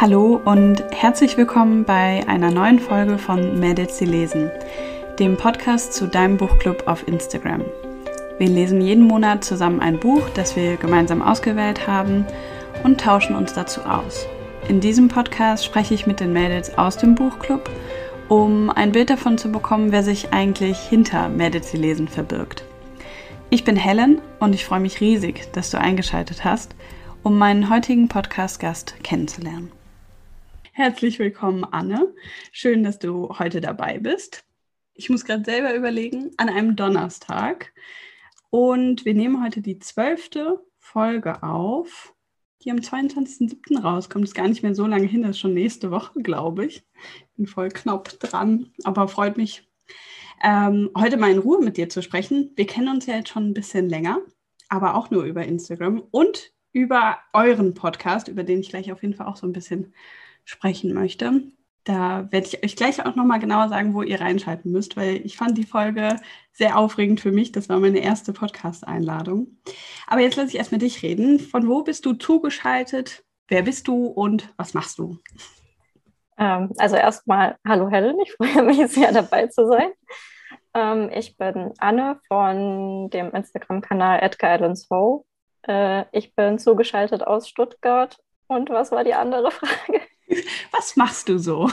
Hallo und herzlich willkommen bei einer neuen Folge von Mädels, die lesen, dem Podcast zu deinem Buchclub auf Instagram. Wir lesen jeden Monat zusammen ein Buch, das wir gemeinsam ausgewählt haben und tauschen uns dazu aus. In diesem Podcast spreche ich mit den Mädels aus dem Buchclub, um ein Bild davon zu bekommen, wer sich eigentlich hinter Mädels, die lesen verbirgt. Ich bin Helen und ich freue mich riesig, dass du eingeschaltet hast, um meinen heutigen Podcast-Gast kennenzulernen. Herzlich willkommen, Anne. Schön, dass du heute dabei bist. Ich muss gerade selber überlegen, an einem Donnerstag. Und wir nehmen heute die 12. Folge auf, die am 22.07. rauskommt. Ist gar nicht mehr so lange hin, das ist schon nächste Woche, glaube ich. Bin voll knapp dran, aber freut mich, heute mal in Ruhe mit dir zu sprechen. Wir kennen uns ja jetzt schon ein bisschen länger, aber auch nur über Instagram und über euren Podcast, über den ich gleich auf jeden Fall auch so ein bisschen sprechen möchte. Da werde ich euch gleich auch nochmal genauer sagen, wo ihr reinschalten müsst, weil ich fand die Folge sehr aufregend für mich. Das war meine erste Podcast-Einladung. Aber jetzt lasse ich erstmal dich reden. Von wo bist du zugeschaltet? Wer bist du und was machst du? Also erstmal, hallo Helen, ich freue mich sehr dabei zu sein. Ich bin Anne von dem Instagram-Kanal @GuidanceHo. Ich bin zugeschaltet aus Stuttgart. Und was war die andere Frage? Was machst du so?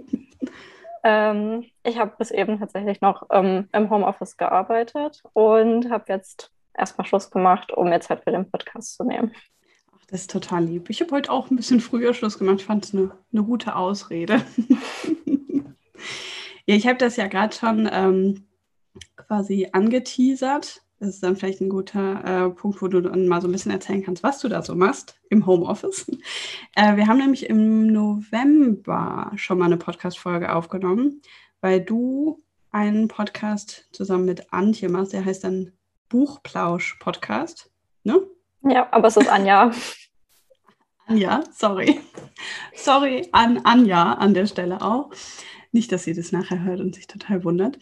Ich habe bis eben tatsächlich noch im Homeoffice gearbeitet und habe jetzt erstmal Schluss gemacht, um jetzt halt für den Podcast zu nehmen. Ach, das ist total lieb. Ich habe heute auch ein bisschen früher Schluss gemacht. Ich fand es eine gute Ausrede. Ja, ich habe das ja gerade schon quasi angeteasert. Das ist dann vielleicht ein guter Punkt, wo du dann mal so ein bisschen erzählen kannst, was du da so machst im Homeoffice. Wir haben nämlich im November schon mal eine Podcast-Folge aufgenommen, weil du einen Podcast zusammen mit Antje machst, der heißt dann Buchplausch-Podcast, ne? Ja, aber es ist Anja. Anja, sorry. Sorry an Anja an der Stelle auch. Nicht, dass sie das nachher hört und sich total wundert.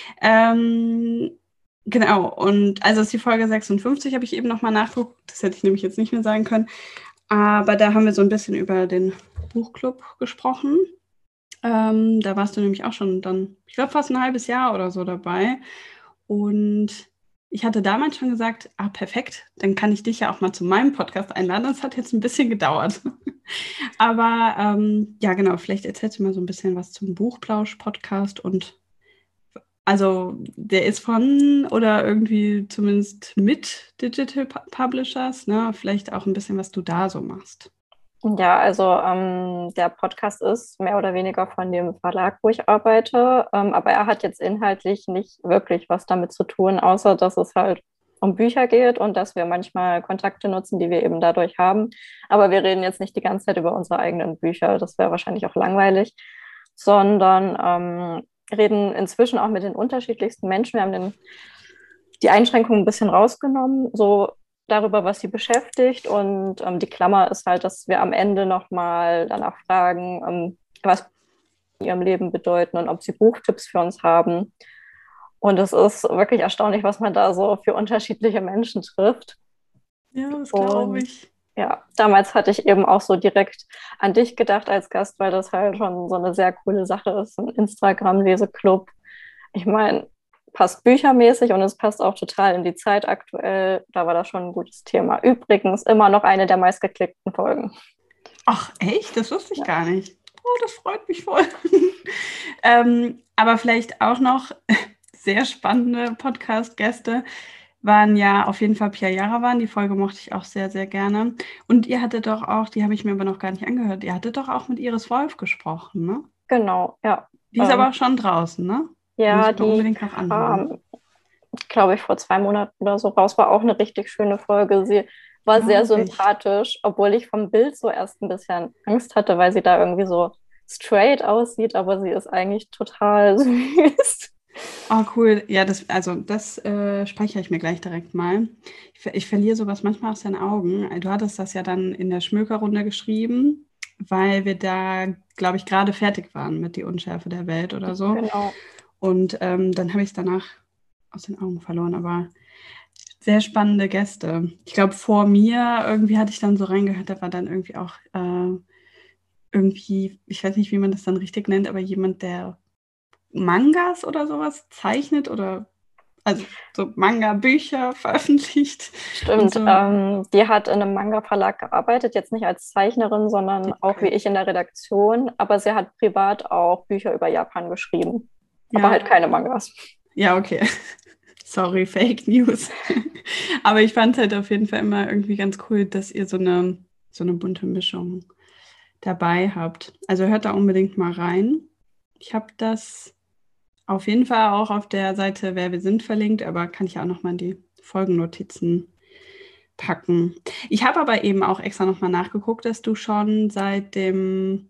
Genau, und also ist die Folge 56, habe ich eben nochmal nachgeguckt. Das hätte ich nämlich jetzt nicht mehr sagen können. Aber da haben wir so ein bisschen über den Buchclub gesprochen. Da warst du nämlich auch schon dann, ich glaube, fast ein halbes Jahr oder so dabei. Und ich hatte damals schon gesagt, perfekt, dann kann ich dich ja auch mal zu meinem Podcast einladen. Das hat jetzt ein bisschen gedauert. Aber ja, genau, vielleicht erzählst du mal so ein bisschen was zum Buchplausch-Podcast und also der ist von oder irgendwie zumindest mit Digital Publishers, ne? Vielleicht auch ein bisschen, was du da so machst. Ja, also der Podcast ist mehr oder weniger von dem Verlag, wo ich arbeite, aber er hat jetzt inhaltlich nicht wirklich was damit zu tun, außer dass es halt um Bücher geht und dass wir manchmal Kontakte nutzen, die wir eben dadurch haben. Aber wir reden jetzt nicht die ganze Zeit über unsere eigenen Bücher, das wäre wahrscheinlich auch langweilig, sondern reden inzwischen auch mit den unterschiedlichsten Menschen. Wir haben die Einschränkungen ein bisschen rausgenommen, so darüber, was sie beschäftigt. Und die Klammer ist halt, dass wir am Ende nochmal danach fragen, was in ihrem Leben bedeuten und ob sie Buchtipps für uns haben. Und es ist wirklich erstaunlich, was man da so für unterschiedliche Menschen trifft. Ja, das glaube ich. Ja, damals hatte ich eben auch so direkt an dich gedacht als Gast, weil das halt schon so eine sehr coole Sache ist, ein Instagram-Leseclub. Ich meine, passt büchermäßig und es passt auch total in die Zeit aktuell. Da war das schon ein gutes Thema. Übrigens immer noch eine der meistgeklickten Folgen. Ach, echt? Das wusste ich gar nicht. Oh, das freut mich voll. Aber vielleicht auch noch sehr spannende Podcast-Gäste waren ja auf jeden Fall Pia Jarawan. Die Folge mochte ich auch sehr, sehr gerne. Und ihr hattet doch auch, die habe ich mir aber noch gar nicht angehört, ihr hattet doch auch mit Iris Wolf gesprochen, ne? Genau, ja. Die ist aber auch schon draußen, ne? Ja, muss ich mir die unbedingt noch anhören. glaube ich, vor 2 Monaten oder so raus. War auch eine richtig schöne Folge. Sie war sehr sympathisch, obwohl ich vom Bild so erst ein bisschen Angst hatte, weil sie da irgendwie so straight aussieht, aber sie ist eigentlich total süß. Oh, cool. Ja, das speichere ich mir gleich direkt mal. Ich verliere sowas manchmal aus den Augen. Du hattest das ja dann in der Schmökerrunde geschrieben, weil wir da, glaube ich, gerade fertig waren mit Die Unschärfe der Welt oder so. Genau. Und dann habe ich es danach aus den Augen verloren. Aber sehr spannende Gäste. Ich glaube, vor mir irgendwie hatte ich dann so reingehört, da war dann irgendwie auch irgendwie, ich weiß nicht, wie man das dann richtig nennt, aber jemand, der Mangas oder sowas zeichnet oder also so Manga-Bücher veröffentlicht und Stimmt, so. die hat in einem Manga-Verlag gearbeitet, jetzt nicht als Zeichnerin, sondern auch wie Okay. ich in der Redaktion, aber sie hat privat auch Bücher über Japan geschrieben, aber Ja, halt keine Mangas. ja, okay. Sorry, Fake News. Aber ich fand es halt auf jeden Fall immer irgendwie ganz cool, dass ihr so eine bunte Mischung dabei habt. Also hört da unbedingt mal rein. Ich habe das auf jeden Fall auch auf der Seite Wer wir sind verlinkt, aber kann ich auch nochmal in die Folgennotizen packen. Ich habe aber eben auch extra nochmal nachgeguckt, dass du schon seit dem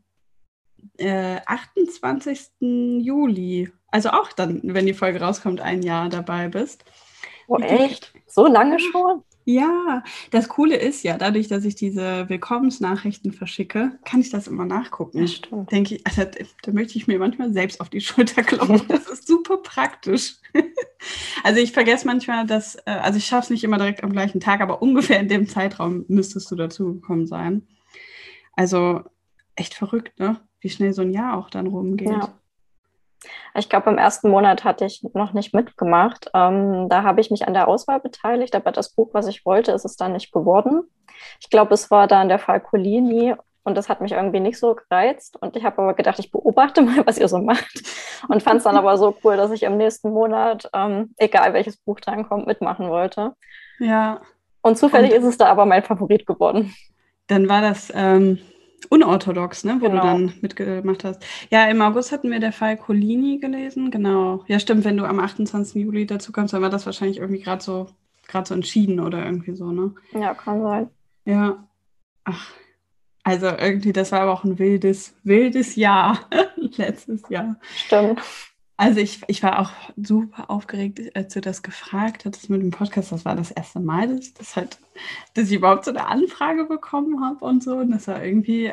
28. Juli, also auch dann, wenn die Folge rauskommt, ein Jahr dabei bist. Oh, Wie ge echt? So lange schon? Ja, das Coole ist ja, dadurch, dass ich diese Willkommensnachrichten verschicke, kann ich das immer Ja, nachgucken. stimmt. Denke ich, also, da möchte ich mir manchmal selbst auf die Schulter klopfen. Das ist super praktisch. Also ich vergesse manchmal, also ich schaffe es nicht immer direkt am gleichen Tag, aber ungefähr in dem Zeitraum müsstest du dazugekommen sein. Also echt verrückt, ne? Wie schnell so ein Jahr auch dann rumgeht. Ja. Ich glaube, im ersten Monat hatte ich noch nicht mitgemacht. Da habe ich mich an der Auswahl beteiligt, aber das Buch, was ich wollte, ist es dann nicht geworden. Ich glaube, es war dann der Fall Colini und das hat mich irgendwie nicht so gereizt. Und ich habe aber gedacht, ich beobachte mal, was ihr so macht. Und fand es dann aber so cool, dass ich im nächsten Monat, egal welches Buch drankommt, mitmachen wollte. Ja, Und zufällig und ist es da aber mein Favorit geworden. dann war das unorthodox, ne, wo du Genau. dann mitgemacht hast. Ja, im August hatten wir der Fall Colini gelesen, genau. Ja, stimmt, wenn du am 28. Juli dazu kommst, dann war das wahrscheinlich irgendwie gerade so entschieden oder irgendwie so, ne? Ja, kann sein. Ja, ach, also irgendwie, das war aber auch ein wildes Jahr, letztes Jahr. Stimmt. Also ich war auch super aufgeregt, als du das gefragt hattest mit dem Podcast. Das war das erste Mal, dass ich überhaupt so eine Anfrage bekommen habe und so. Und das war irgendwie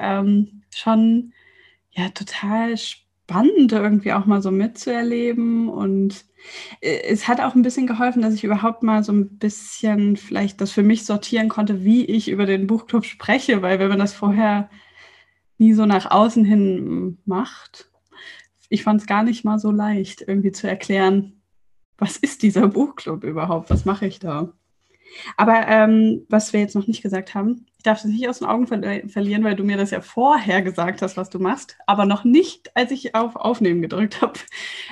schon ja total spannend, irgendwie auch mal so mitzuerleben. Und es hat auch ein bisschen geholfen, dass ich überhaupt mal so ein bisschen vielleicht das für mich sortieren konnte, wie ich über den Buchclub spreche, weil wenn man das vorher nie so nach außen hin macht, ich fand es gar nicht mal so leicht, irgendwie zu erklären, was ist dieser Buchclub überhaupt? Was mache ich da? Aber was wir jetzt noch nicht gesagt haben, ich darf es nicht aus den Augen verlieren, weil du mir das ja vorher gesagt hast, was du machst, aber noch nicht, als ich auf Aufnehmen gedrückt habe.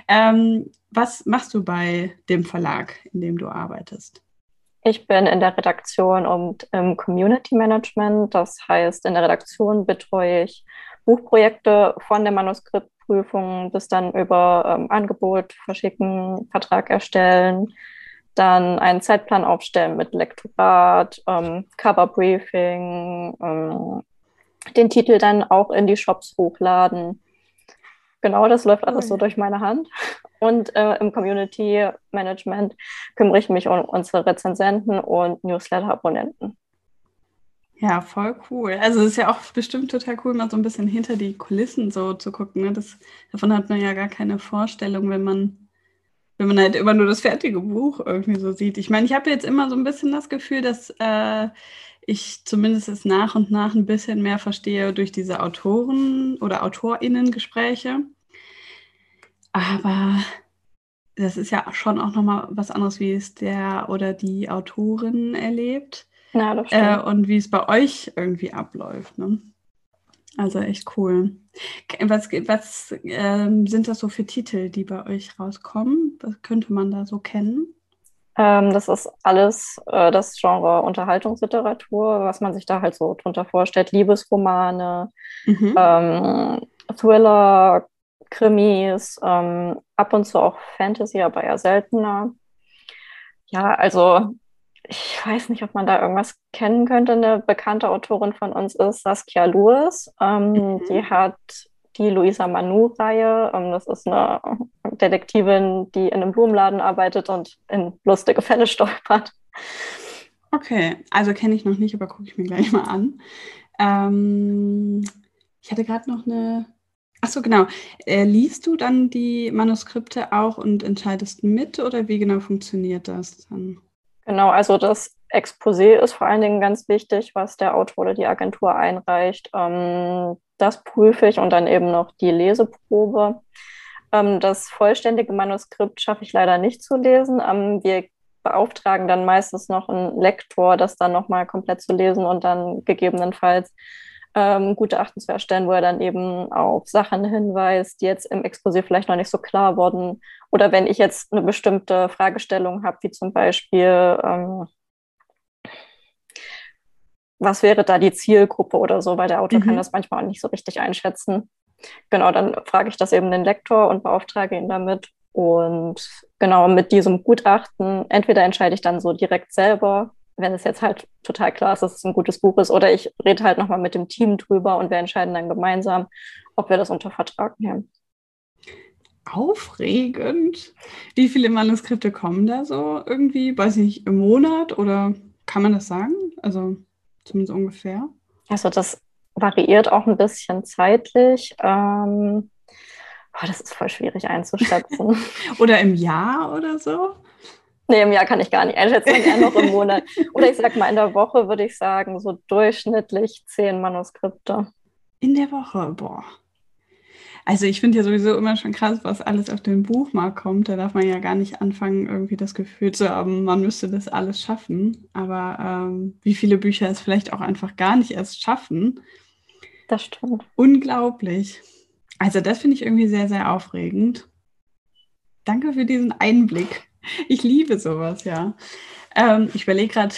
Was machst du bei dem Verlag, in dem du arbeitest? Ich bin in der Redaktion und im Community Management. Das heißt, in der Redaktion betreue ich Buchprojekte von der Manuskriptprüfung bis dann über Angebot verschicken, Vertrag erstellen, dann einen Zeitplan aufstellen mit Lektorat, Coverbriefing, den Titel dann auch in die Shops hochladen. Genau, das läuft alles so Cool. durch meine Hand. Und im Community Management kümmere ich mich um unsere Rezensenten und Newsletter-Abonnenten. Ja, voll cool. Also es ist ja auch bestimmt total cool, mal so ein bisschen hinter die Kulissen so zu gucken. Ne? Davon hat man ja gar keine Vorstellung, wenn man halt immer nur das fertige Buch irgendwie so sieht. Ich meine, ich habe jetzt immer so ein bisschen das Gefühl, dass ich zumindest es nach und nach ein bisschen mehr verstehe durch diese Autoren- oder AutorInnen-Gespräche. Aber das ist ja schon auch nochmal was anderes, wie es der oder die Autorin erlebt Ja, das stimmt. und wie es bei euch irgendwie abläuft. Ne? Also echt cool. Was sind das so für Titel, die bei euch rauskommen? Was könnte man da so kennen? Das ist alles das Genre Unterhaltungsliteratur, was man sich da halt so drunter vorstellt. Liebesromane, Mhm. ähm, Thriller, Krimis, ab und zu auch Fantasy, aber eher seltener. Ja, also ich weiß nicht, ob man da irgendwas kennen könnte. Eine bekannte Autorin von uns ist Saskia Lewis. Die Mhm. hat die Luisa Manu-Reihe. Das ist eine Detektivin, die in einem Blumenladen arbeitet und in lustige Fälle stolpert. Okay, also kenne ich noch nicht, aber gucke ich mir gleich mal an. Ähm, Ich hatte gerade noch eine. Ach so, genau. Liest du dann die Manuskripte auch und entscheidest mit oder wie genau funktioniert das dann? Genau, also das Exposé ist vor allen Dingen ganz wichtig, was der Autor oder die Agentur einreicht. Das prüfe ich und dann eben noch die Leseprobe. Das vollständige Manuskript schaffe ich leider nicht zu lesen. Wir beauftragen dann meistens noch einen Lektor, das dann nochmal komplett zu lesen und dann gegebenenfalls Gutachten zu erstellen, wo er dann eben auf Sachen hinweist, die jetzt im Exposé vielleicht noch nicht so klar wurden. Oder wenn ich jetzt eine bestimmte Fragestellung habe, wie zum Beispiel, was wäre da die Zielgruppe oder so, weil der Autor kann das manchmal auch nicht so richtig einschätzen. Genau, dann frage ich das eben den Lektor und beauftrage ihn damit. Und genau mit diesem Gutachten, entweder entscheide ich dann so direkt selber, wenn es jetzt halt total klar ist, dass es ein gutes Buch ist, oder ich rede halt nochmal mit dem Team drüber und wir entscheiden dann gemeinsam, ob wir das unter Vertrag nehmen. Aufregend. Wie viele Manuskripte kommen da so irgendwie? Weiß ich nicht, im Monat oder kann man das sagen? Also zumindest ungefähr. Also das variiert auch ein bisschen zeitlich. Das ist voll schwierig einzuschätzen. Oder im Jahr oder so? Nee, im Jahr kann ich gar nicht einschätzen, eher noch im Monat. Oder ich sag mal, in der Woche würde ich sagen, so durchschnittlich 10 Manuskripte. In der Woche, boah. Also ich finde ja sowieso immer schon krass, was alles auf den Buchmarkt kommt. Da darf man ja gar nicht anfangen, irgendwie das Gefühl zu haben, man müsste das alles schaffen. Aber wie viele Bücher es vielleicht auch einfach gar nicht erst schaffen. Das stimmt. Unglaublich. Also das finde ich irgendwie sehr, sehr aufregend. Danke für diesen Einblick. Ich liebe sowas, ja. Ich überlege gerade,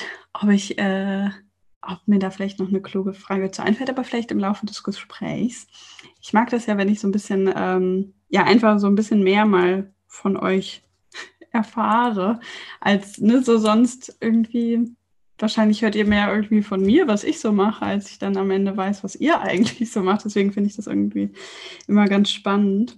ob mir da vielleicht noch eine kluge Frage zu einfällt, aber vielleicht im Laufe des Gesprächs. Ich mag das ja, wenn ich so ein bisschen, einfach so ein bisschen mehr mal von euch erfahre, als so sonst irgendwie. Wahrscheinlich hört ihr mehr irgendwie von mir, was ich so mache, als ich dann am Ende weiß, was ihr eigentlich so macht. Deswegen finde ich das irgendwie immer ganz spannend.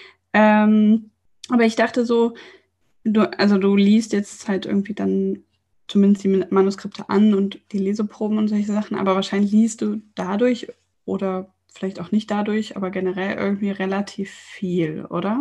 Aber ich dachte so, du liest jetzt halt irgendwie dann zumindest die Manuskripte an und die Leseproben und solche Sachen, aber wahrscheinlich liest du dadurch oder vielleicht auch nicht dadurch, aber generell irgendwie relativ viel, oder?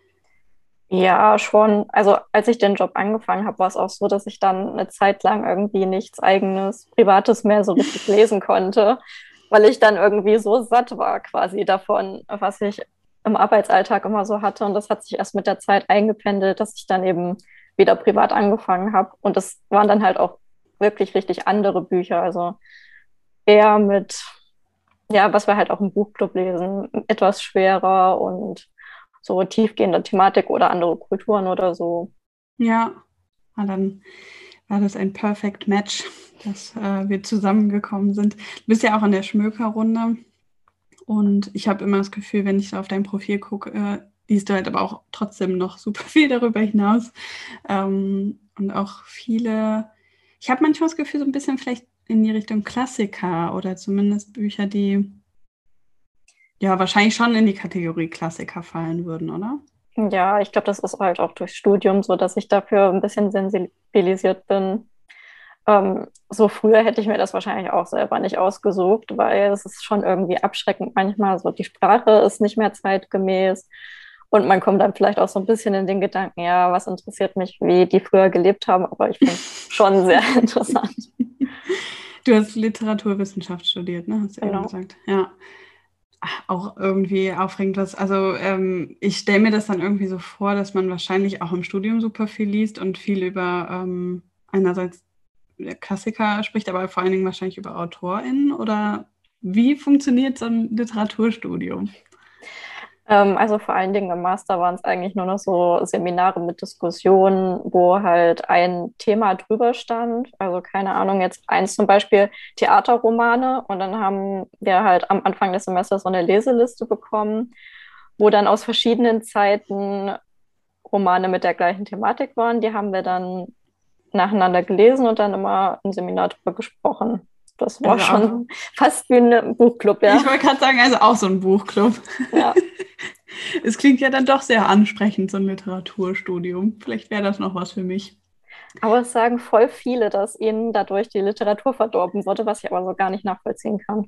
Ja, schon. Also als ich den Job angefangen habe, war es auch so, dass ich dann eine Zeit lang irgendwie nichts eigenes, Privates mehr so richtig lesen konnte, weil ich dann irgendwie so satt war quasi davon, was ich im Arbeitsalltag immer so hatte. Und das hat sich erst mit der Zeit eingependelt, dass ich dann eben wieder privat angefangen habe. Und das waren dann halt auch wirklich richtig andere Bücher. Also eher mit, ja, was wir halt auch im Buchclub lesen, etwas schwerer und so tiefgehende Thematik oder andere Kulturen oder so. Ja, dann war das ein Perfect Match, dass wir zusammengekommen sind. Du bist ja auch in der Schmöker-Runde und ich habe immer das Gefühl, wenn ich so auf dein Profil gucke, liest du halt aber auch trotzdem noch super viel darüber hinaus. Und auch viele, ich habe manchmal das Gefühl, so ein bisschen vielleicht in die Richtung Klassiker oder zumindest Bücher, die ja wahrscheinlich schon in die Kategorie Klassiker fallen würden, oder? Ja, ich glaube, das ist halt auch durchs Studium so, dass ich dafür ein bisschen sensibilisiert bin. So früher hätte ich mir das wahrscheinlich auch selber nicht ausgesucht, weil es ist schon irgendwie abschreckend manchmal. So die Sprache ist nicht mehr zeitgemäß und man kommt dann vielleicht auch so ein bisschen in den Gedanken, ja, was interessiert mich, wie die früher gelebt haben, aber ich finde es schon sehr interessant. Du hast Literaturwissenschaft studiert, ne? Hast du Genau. eben gesagt. Ja. Auch irgendwie aufregend was. Also ich stelle mir das dann irgendwie so vor, dass man wahrscheinlich auch im Studium super viel liest und viel über einerseits Klassiker spricht, aber vor allen Dingen wahrscheinlich über AutorInnen. Oder wie funktioniert so ein Literaturstudium? Also vor allen Dingen im Master waren es eigentlich nur noch so Seminare mit Diskussionen, wo halt ein Thema drüber stand. Also keine Ahnung, jetzt eins zum Beispiel Theaterromane. Und dann haben wir halt am Anfang des Semesters so eine Leseliste bekommen, wo dann aus verschiedenen Zeiten Romane mit der gleichen Thematik waren. Die haben wir dann nacheinander gelesen und dann immer im Seminar drüber gesprochen. Das war Also schon fast wie ein Buchclub, ja. Ich wollte gerade sagen, also auch so ein Buchclub. Ja. Es klingt ja dann doch sehr ansprechend, so ein Literaturstudium. Vielleicht wäre das noch was für mich. Aber es sagen voll viele, dass ihnen dadurch die Literatur verdorben wurde, was ich aber so gar nicht nachvollziehen kann.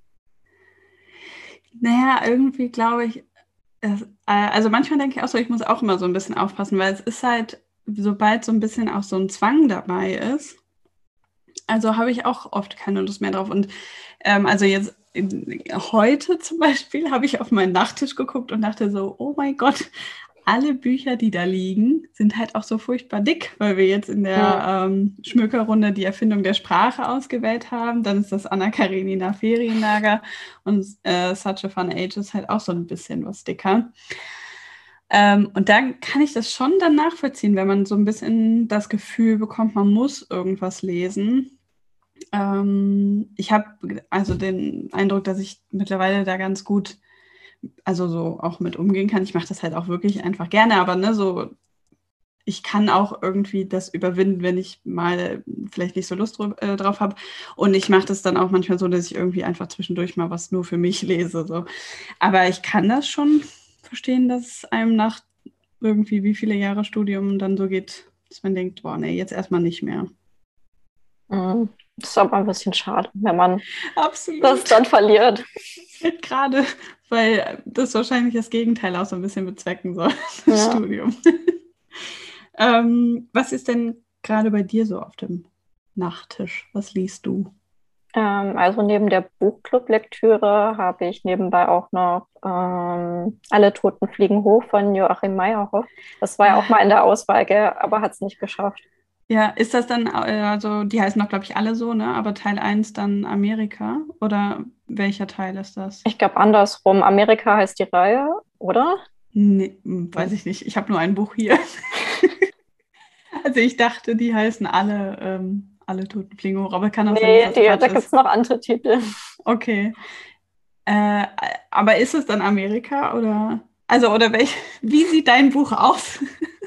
Naja, irgendwie glaube ich, also manchmal denke ich auch so, ich muss auch immer so ein bisschen aufpassen, weil es ist halt, sobald so ein bisschen auch so ein Zwang dabei ist, also habe ich auch oft keine Lust mehr drauf. Und also jetzt heute zum Beispiel habe ich auf meinen Nachttisch geguckt und dachte so, oh mein Gott, alle Bücher, die da liegen, sind halt auch so furchtbar dick, weil wir jetzt in der Schmökerrunde die Erfindung der Sprache ausgewählt haben. Dann ist das Anna Karenina Ferienlager und Such a Fun Age ist halt auch so ein bisschen was dicker. Und dann kann ich das schon dann nachvollziehen, wenn man so ein bisschen das Gefühl bekommt, man muss irgendwas lesen. Ich habe also den Eindruck, dass ich mittlerweile da ganz gut, also so auch mit umgehen kann. Ich mache das halt auch wirklich einfach gerne, aber ne, so ich kann auch irgendwie das überwinden, wenn ich mal vielleicht nicht so Lust drauf habe. Und ich mache das dann auch manchmal so, dass ich irgendwie einfach zwischendurch mal was nur für mich lese. So. Aber ich kann das schon verstehen, dass es einem nach irgendwie wie viele Jahre Studium dann so geht, dass man denkt, boah, nee, jetzt erstmal nicht mehr. Das ist aber ein bisschen schade, wenn man Absolut. das dann verliert. Gerade, weil das wahrscheinlich das Gegenteil auch so ein bisschen bezwecken soll, das Studium. Was ist denn gerade bei dir so auf dem Nachttisch? Was liest du? Also neben der Buchclub-Lektüre habe ich nebenbei auch noch Alle Toten fliegen hoch von Joachim Meyerhoff. Das war ja auch mal in der Auswahl, gell, aber hat es nicht geschafft. Ja, ist das dann, also die heißen doch, glaube ich, alle so, ne? Aber Teil 1 dann Amerika? Oder welcher Teil ist das? Ich glaube andersrum. Amerika heißt die Reihe, oder? Nee, weiß ich nicht. Ich habe nur ein Buch hier. Also ich dachte, die heißen alle Toten fliegen hoch, aber kann auch sein, dass das Quatsch da gibt es noch andere Titel. Okay. Aber ist es dann Amerika oder? Also, oder wie sieht dein Buch aus?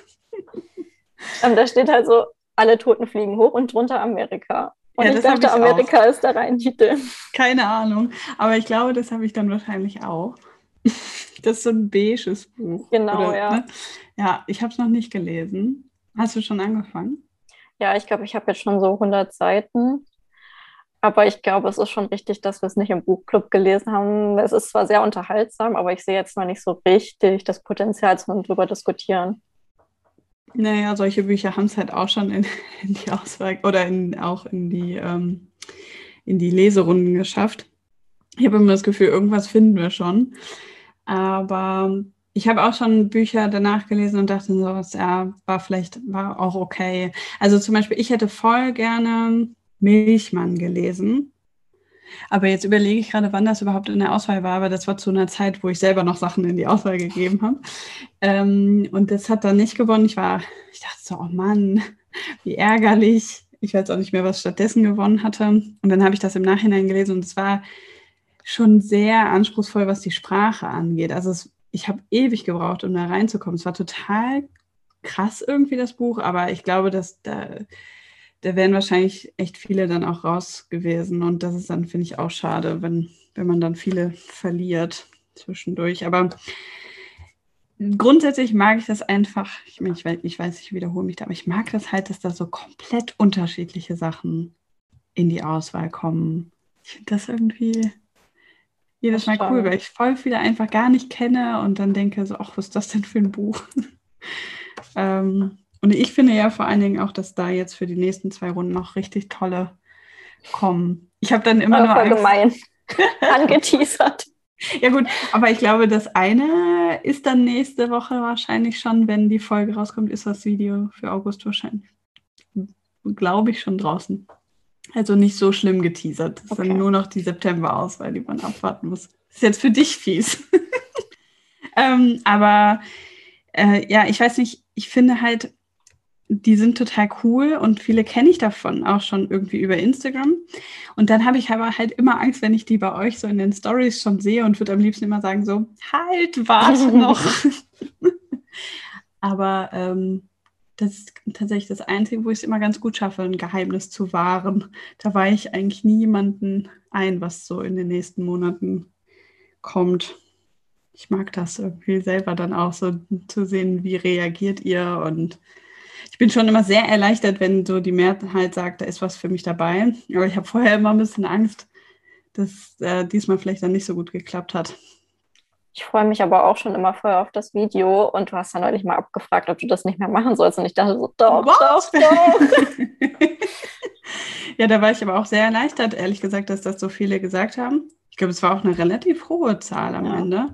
Da steht halt so, alle Toten fliegen hoch und drunter Amerika. Und Ja, ich dachte, Amerika ist der Reihentitel. Keine Ahnung, aber ich glaube, das habe ich dann wahrscheinlich auch. Das ist so ein beiges Buch. Genau, oder, ja. Ne? Ja, ich habe es noch nicht gelesen. Hast du schon angefangen? Ja, ich glaube, ich habe jetzt schon so 100 Seiten. Aber ich glaube, es ist schon richtig, dass wir es nicht im Buchclub gelesen haben. Es ist zwar sehr unterhaltsam, aber ich sehe jetzt noch nicht so richtig das Potenzial zum drüber diskutieren. Naja, solche Bücher haben es halt auch schon in die Auswahl oder auch in die Leserunden geschafft. Ich habe immer das Gefühl, irgendwas finden wir schon. Aber ich habe auch schon Bücher danach gelesen und dachte so, ja, war auch okay. Also zum Beispiel, ich hätte voll gerne Milchmann gelesen. Aber jetzt überlege ich gerade, wann das überhaupt in der Auswahl war, aber das war zu einer Zeit, wo ich selber noch Sachen in die Auswahl gegeben habe. Und das hat dann nicht gewonnen. Ich dachte so, oh Mann, wie ärgerlich. Ich weiß auch nicht mehr, was stattdessen gewonnen hatte. Und dann habe ich das im Nachhinein gelesen und es war schon sehr anspruchsvoll, was die Sprache angeht. Also ich habe ewig gebraucht, um da reinzukommen. Es war total krass irgendwie, das Buch, aber ich glaube, dass da wären wahrscheinlich echt viele dann auch raus gewesen. Und das ist dann, finde ich, auch schade, wenn man dann viele verliert zwischendurch. Aber grundsätzlich mag ich das einfach, ich weiß, ich wiederhole mich da, aber ich mag das halt, dass da so komplett unterschiedliche Sachen in die Auswahl kommen. Ich finde das irgendwie jedes Mal cool, weil ich voll viele einfach gar nicht kenne und dann denke so, ach, was ist das denn für ein Buch? Und ich finde ja vor allen Dingen auch, dass da jetzt für die nächsten 2 Runden noch richtig tolle kommen. Ich habe dann immer nur allgemein angeteasert. Ja gut, aber ich glaube, das eine ist dann nächste Woche wahrscheinlich schon, wenn die Folge rauskommt, ist das Video für August wahrscheinlich, glaube ich, schon draußen. Also nicht so schlimm geteasert. Das ist dann nur noch die September-Auswahl, die man abwarten muss. Das ist jetzt für dich fies. Aber ja, ich weiß nicht, ich finde halt, die sind total cool und viele kenne ich davon auch schon irgendwie über Instagram. Und dann habe ich aber halt immer Angst, wenn ich die bei euch so in den Stories schon sehe und würde am liebsten immer sagen so, halt, warte noch. Aber das ist tatsächlich das Einzige, wo ich es immer ganz gut schaffe, ein Geheimnis zu wahren. Da weihe ich eigentlich nie jemanden ein, was so in den nächsten Monaten kommt. Ich mag das irgendwie selber dann auch so zu sehen, wie reagiert ihr. Und ich bin schon immer sehr erleichtert, wenn so die Mehrheit sagt, da ist was für mich dabei. Aber ich habe vorher immer ein bisschen Angst, dass diesmal vielleicht dann nicht so gut geklappt hat. Ich freue mich aber auch schon immer voll auf das Video und du hast ja neulich mal abgefragt, ob du das nicht mehr machen sollst und ich dachte so, doch. Ja, da war ich aber auch sehr erleichtert, ehrlich gesagt, dass das so viele gesagt haben. Ich glaube, es war auch eine relativ hohe Zahl am Ende.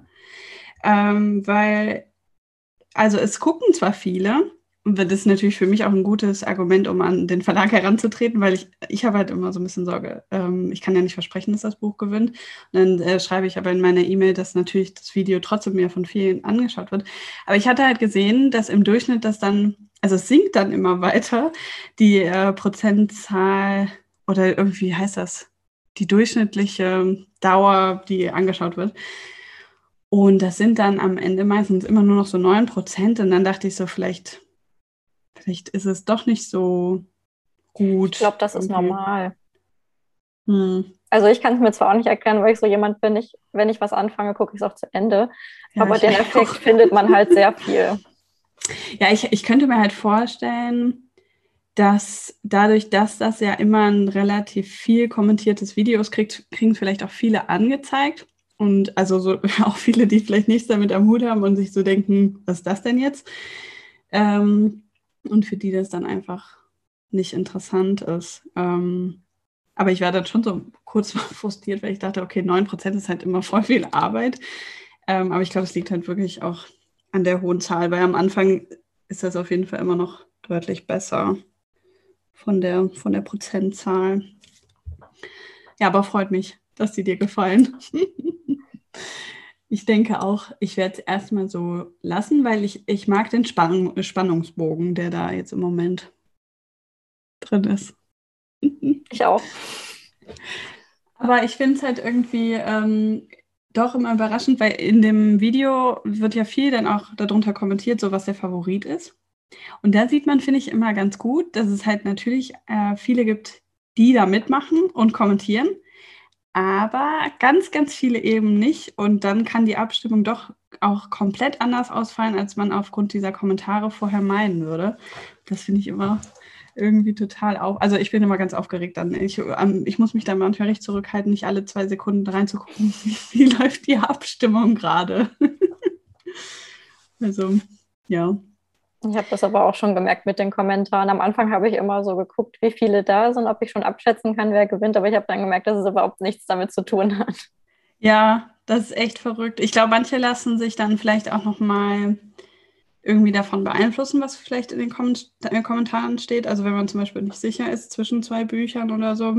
Weil, also es gucken zwar viele, und das ist natürlich für mich auch ein gutes Argument, um an den Verlag heranzutreten, weil ich habe halt immer so ein bisschen Sorge. Ich kann ja nicht versprechen, dass das Buch gewinnt. Und dann schreibe ich aber in meiner E-Mail, dass natürlich das Video trotzdem mehr von vielen angeschaut wird. Aber ich hatte halt gesehen, dass im Durchschnitt das dann, also es sinkt dann immer weiter, die Prozentzahl oder irgendwie heißt das, die durchschnittliche Dauer, die angeschaut wird. Und das sind dann am Ende meistens immer nur noch so 9%. Und dann dachte ich so, vielleicht ist es doch nicht so gut. Ich glaube, das ist normal. Hm. Also ich kann es mir zwar auch nicht erklären, weil ich so jemand bin, wenn ich was anfange, gucke ich es auch zu Ende. Ja, aber den Effekt findet man halt sehr viel. Ja, ich könnte mir halt vorstellen, dass dadurch, dass das ja immer ein relativ viel kommentiertes Video ist, kriegen vielleicht auch viele angezeigt. Und also so auch viele, die vielleicht nichts damit am Hut haben und sich so denken, was ist das denn jetzt? Und für die das dann einfach nicht interessant ist. Aber ich war dann schon so kurz frustriert, weil ich dachte, okay, 9% ist halt immer voll viel Arbeit. Aber ich glaube, es liegt halt wirklich auch an der hohen Zahl, weil am Anfang ist das auf jeden Fall immer noch deutlich besser von der Prozentzahl. Ja, aber freut mich, dass die dir gefallen. Ich denke auch, ich werde es erstmal so lassen, weil ich mag den Spannungsbogen, der da jetzt im Moment drin ist. Ich auch. Aber ich finde es halt irgendwie doch immer überraschend, weil in dem Video wird ja viel dann auch darunter kommentiert, so was der Favorit ist. Und da sieht man, finde ich, immer ganz gut, dass es halt natürlich viele gibt, die da mitmachen und kommentieren, aber ganz, ganz viele eben nicht. Und dann kann die Abstimmung doch auch komplett anders ausfallen, als man aufgrund dieser Kommentare vorher meinen würde. Das finde ich immer irgendwie total auf. Also ich bin immer ganz aufgeregt dann. Ich muss mich dann manchmal recht zurückhalten, nicht alle 2 Sekunden reinzugucken, wie läuft die Abstimmung gerade. Also, ja. Ich habe das aber auch schon gemerkt mit den Kommentaren. Am Anfang habe ich immer so geguckt, wie viele da sind, ob ich schon abschätzen kann, wer gewinnt. Aber ich habe dann gemerkt, dass es überhaupt nichts damit zu tun hat. Ja, das ist echt verrückt. Ich glaube, manche lassen sich dann vielleicht auch noch mal irgendwie davon beeinflussen, was vielleicht in den Kommentaren steht. Also wenn man zum Beispiel nicht sicher ist zwischen 2 Büchern oder so.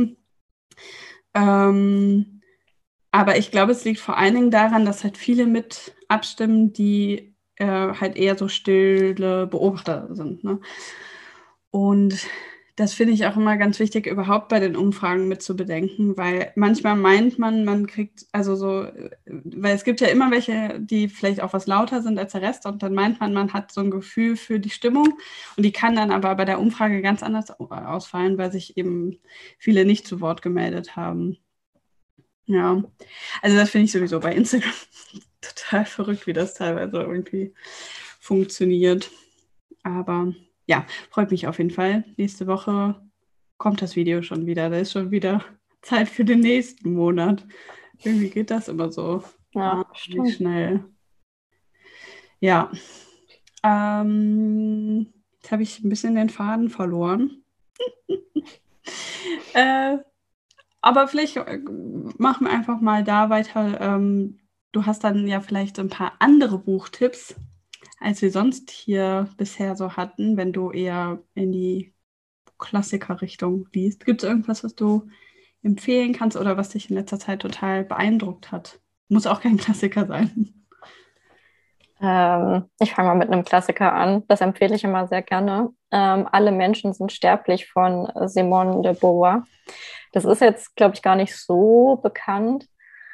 Aber ich glaube, es liegt vor allen Dingen daran, dass halt viele mit abstimmen, die halt eher so stille Beobachter sind. Ne? Und das finde ich auch immer ganz wichtig, überhaupt bei den Umfragen mit zu bedenken, weil manchmal meint man kriegt, also so, weil es gibt ja immer welche, die vielleicht auch was lauter sind als der Rest und dann meint man hat so ein Gefühl für die Stimmung und die kann dann aber bei der Umfrage ganz anders ausfallen, weil sich eben viele nicht zu Wort gemeldet haben. Ja, also das finde ich sowieso bei Instagram total verrückt, wie das teilweise irgendwie funktioniert. Aber ja, freut mich auf jeden Fall. Nächste Woche kommt das Video schon wieder. Da ist schon wieder Zeit für den nächsten Monat. Irgendwie geht das immer so wahnsinnig schnell. Ja. Jetzt habe ich ein bisschen den Faden verloren. Aber vielleicht machen wir einfach mal da weiter. Du hast dann ja vielleicht ein paar andere Buchtipps, als wir sonst hier bisher so hatten, wenn du eher in die Klassiker-Richtung liest. Gibt es irgendwas, was du empfehlen kannst oder was dich in letzter Zeit total beeindruckt hat? Muss auch kein Klassiker sein. Ich fange mal mit einem Klassiker an. Das empfehle ich immer sehr gerne. Alle Menschen sind sterblich von Simone de Beauvoir. Das ist jetzt, glaube ich, gar nicht so bekannt.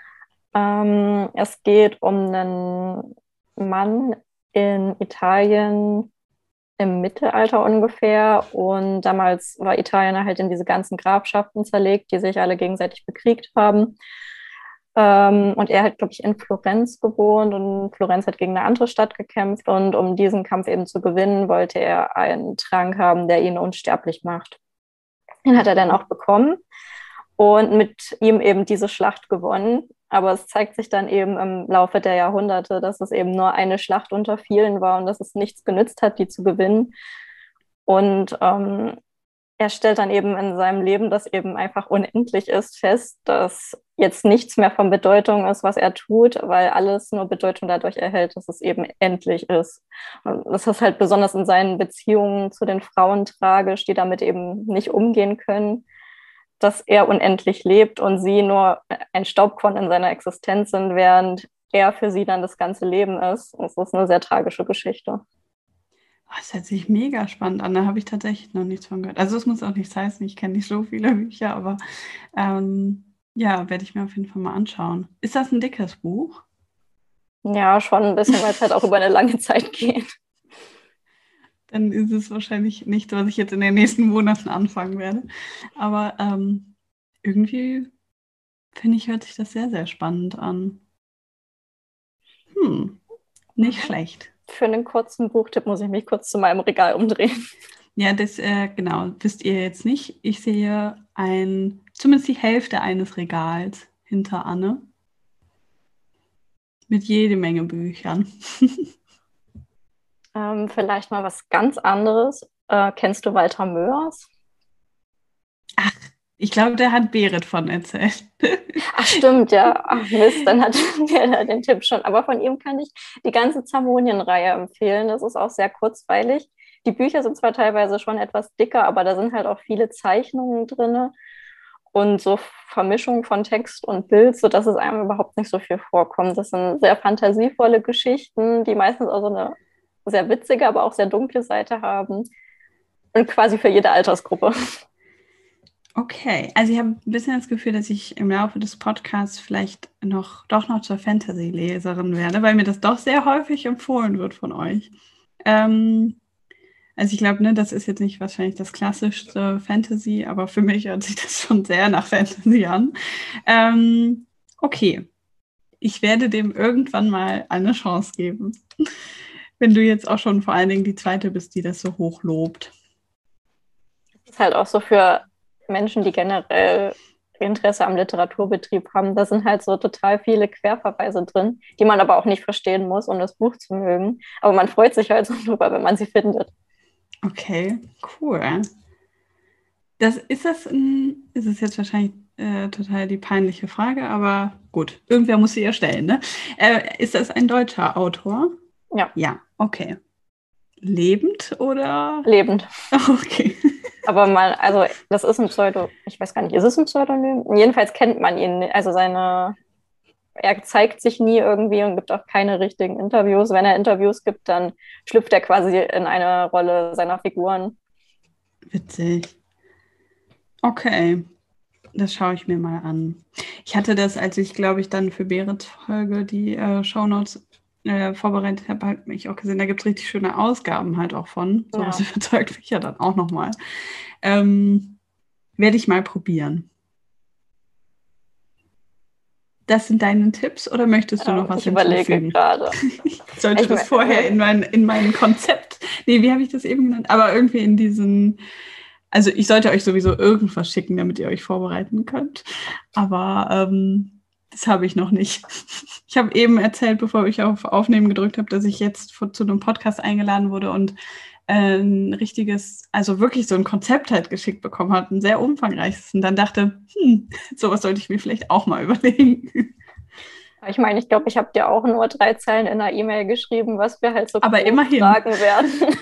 Es geht um einen Mann in Italien im Mittelalter ungefähr. Und damals war Italien halt in diese ganzen Grafschaften zerlegt, die sich alle gegenseitig bekriegt haben. Und er hat, glaube ich, in Florenz gewohnt und Florenz hat gegen eine andere Stadt gekämpft. Und um diesen Kampf eben zu gewinnen, wollte er einen Trank haben, der ihn unsterblich macht. Den hat er dann auch bekommen und mit ihm eben diese Schlacht gewonnen. Aber es zeigt sich dann eben im Laufe der Jahrhunderte, dass es eben nur eine Schlacht unter vielen war und dass es nichts genützt hat, die zu gewinnen. Und er stellt dann eben in seinem Leben, das eben einfach unendlich ist, fest, dass jetzt nichts mehr von Bedeutung ist, was er tut, weil alles nur Bedeutung dadurch erhält, dass es eben endlich ist. Und das ist halt besonders in seinen Beziehungen zu den Frauen tragisch, die damit eben nicht umgehen können, dass er unendlich lebt und sie nur ein Staubkorn in seiner Existenz sind, während er für sie dann das ganze Leben ist. Und das ist eine sehr tragische Geschichte. Das hört sich mega spannend an. Da habe ich tatsächlich noch nichts von gehört. Also es muss auch nichts heißen, ich kenne nicht so viele Bücher, aber ja, werde ich mir auf jeden Fall mal anschauen. Ist das ein dickes Buch? Ja, schon ein bisschen, weil es halt auch über eine lange Zeit geht. Dann ist es wahrscheinlich nichts, was ich jetzt in den nächsten Monaten anfangen werde. Aber irgendwie, finde ich, hört sich das sehr, sehr spannend an. Nicht schlecht. Für einen kurzen Buchtipp muss ich mich kurz zu meinem Regal umdrehen. Ja, das genau, wisst ihr jetzt nicht. Ich sehe zumindest die Hälfte eines Regals hinter Anne. Mit jede Menge Büchern. Vielleicht mal was ganz anderes. Kennst du Walter Mörs? Ach, ich glaube, der hat Berit von erzählt. Ach, stimmt, ja. Ach, Mist, dann hat der den Tipp schon. Aber von ihm kann ich die ganze Zamonien-Reihe empfehlen. Das ist auch sehr kurzweilig. Die Bücher sind zwar teilweise schon etwas dicker, aber da sind halt auch viele Zeichnungen drin und so Vermischung von Text und Bild, sodass es einem überhaupt nicht so viel vorkommt. Das sind sehr fantasievolle Geschichten, die meistens auch so eine sehr witzige, aber auch sehr dunkle Seite haben. Und quasi für jede Altersgruppe. Okay, also ich habe ein bisschen das Gefühl, dass ich im Laufe des Podcasts vielleicht doch noch zur Fantasy-Leserin werde, weil mir das doch sehr häufig empfohlen wird von euch. Also ich glaube, ne, das ist jetzt nicht wahrscheinlich das klassischste Fantasy, aber für mich hört sich das schon sehr nach Fantasy an. Okay, ich werde dem irgendwann mal eine Chance geben. Wenn du jetzt auch schon vor allen Dingen die zweite bist, die das so hoch lobt. Das ist halt auch so für Menschen, die generell Interesse am Literaturbetrieb haben. Da sind halt so total viele Querverweise drin, die man aber auch nicht verstehen muss, um das Buch zu mögen. Aber man freut sich halt so drüber, wenn man sie findet. Okay, cool. Ist es jetzt wahrscheinlich total die peinliche Frage, aber gut, irgendwer muss sie ja stellen, ne? Ist das ein deutscher Autor? Ja. Ja, okay. Lebend oder? Lebend. Okay. Aber also das ist ein ich weiß gar nicht, ist es ein Pseudonym? Jedenfalls kennt man ihn, also er zeigt sich nie irgendwie und gibt auch keine richtigen Interviews. Wenn er Interviews gibt, dann schlüpft er quasi in eine Rolle seiner Figuren. Witzig. Okay, das schaue ich mir mal an. Ich hatte das, als ich, glaube ich, dann für Berits Folge die Shownotes vorbereitet habe, habe ich auch gesehen, da gibt es richtig schöne Ausgaben halt auch von. Sowas überzeugt mich ja dann auch nochmal. Werde ich mal probieren. Das sind deine Tipps oder möchtest du noch was hinzufügen? Ich überlege gerade. Ich sollte das vorher in mein Konzept, wie habe ich das eben genannt? Aber irgendwie in diesen, also ich sollte euch sowieso irgendwas schicken, damit ihr euch vorbereiten könnt. Aber das habe ich noch nicht. Ich habe eben erzählt, bevor ich auf Aufnehmen gedrückt habe, dass ich jetzt zu einem Podcast eingeladen wurde und ein richtiges, also wirklich so ein Konzept halt geschickt bekommen hat, ein sehr umfangreiches. Und dann dachte, sowas sollte ich mir vielleicht auch mal überlegen. Ich meine, ich glaube, ich habe dir auch nur 3 Zeilen in einer E-Mail geschrieben, was wir halt so aber immerhin fragen werden.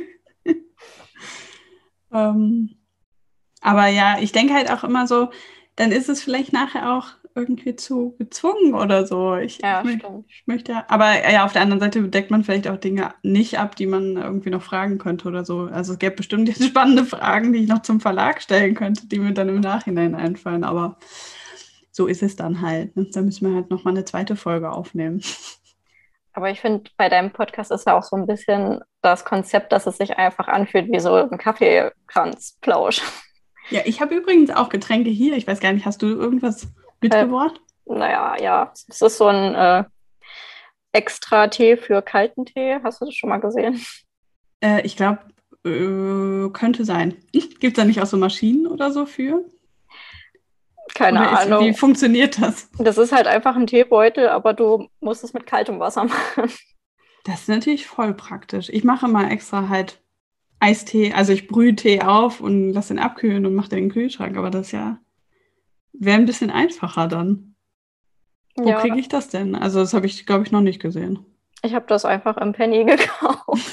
Aber ja, ich denke halt auch immer so, dann ist es vielleicht nachher auch irgendwie zu gezwungen oder so. Ich möchte, aber ja, auf der anderen Seite deckt man vielleicht auch Dinge nicht ab, die man irgendwie noch fragen könnte oder so. Also es gäbe bestimmt jetzt spannende Fragen, die ich noch zum Verlag stellen könnte, die mir dann im Nachhinein einfallen, aber so ist es dann halt. Ne? Da müssen wir halt nochmal eine zweite Folge aufnehmen. Aber ich finde, bei deinem Podcast ist ja auch so ein bisschen das Konzept, dass es sich einfach anfühlt wie so ein Kaffeekranzplausch. Ja, ich habe übrigens auch Getränke hier. Ich weiß gar nicht, hast du irgendwas mitgebracht? Naja, ja. Es ist so ein extra Tee für kalten Tee. Hast du das schon mal gesehen? Ich glaube, könnte sein. Gibt es da nicht auch so Maschinen oder so für? Keine Ahnung. Wie funktioniert das? Das ist halt einfach ein Teebeutel, aber du musst es mit kaltem Wasser machen. Das ist natürlich voll praktisch. Ich mache mal extra halt Eistee, also ich brühe Tee auf und lasse den abkühlen und mache den in den Kühlschrank, aber das ist ja Wäre ein bisschen einfacher dann. Wo Ja, kriege ich das denn? Also das habe ich, glaube ich, noch nicht gesehen. ich habe das einfach im Penny gekauft.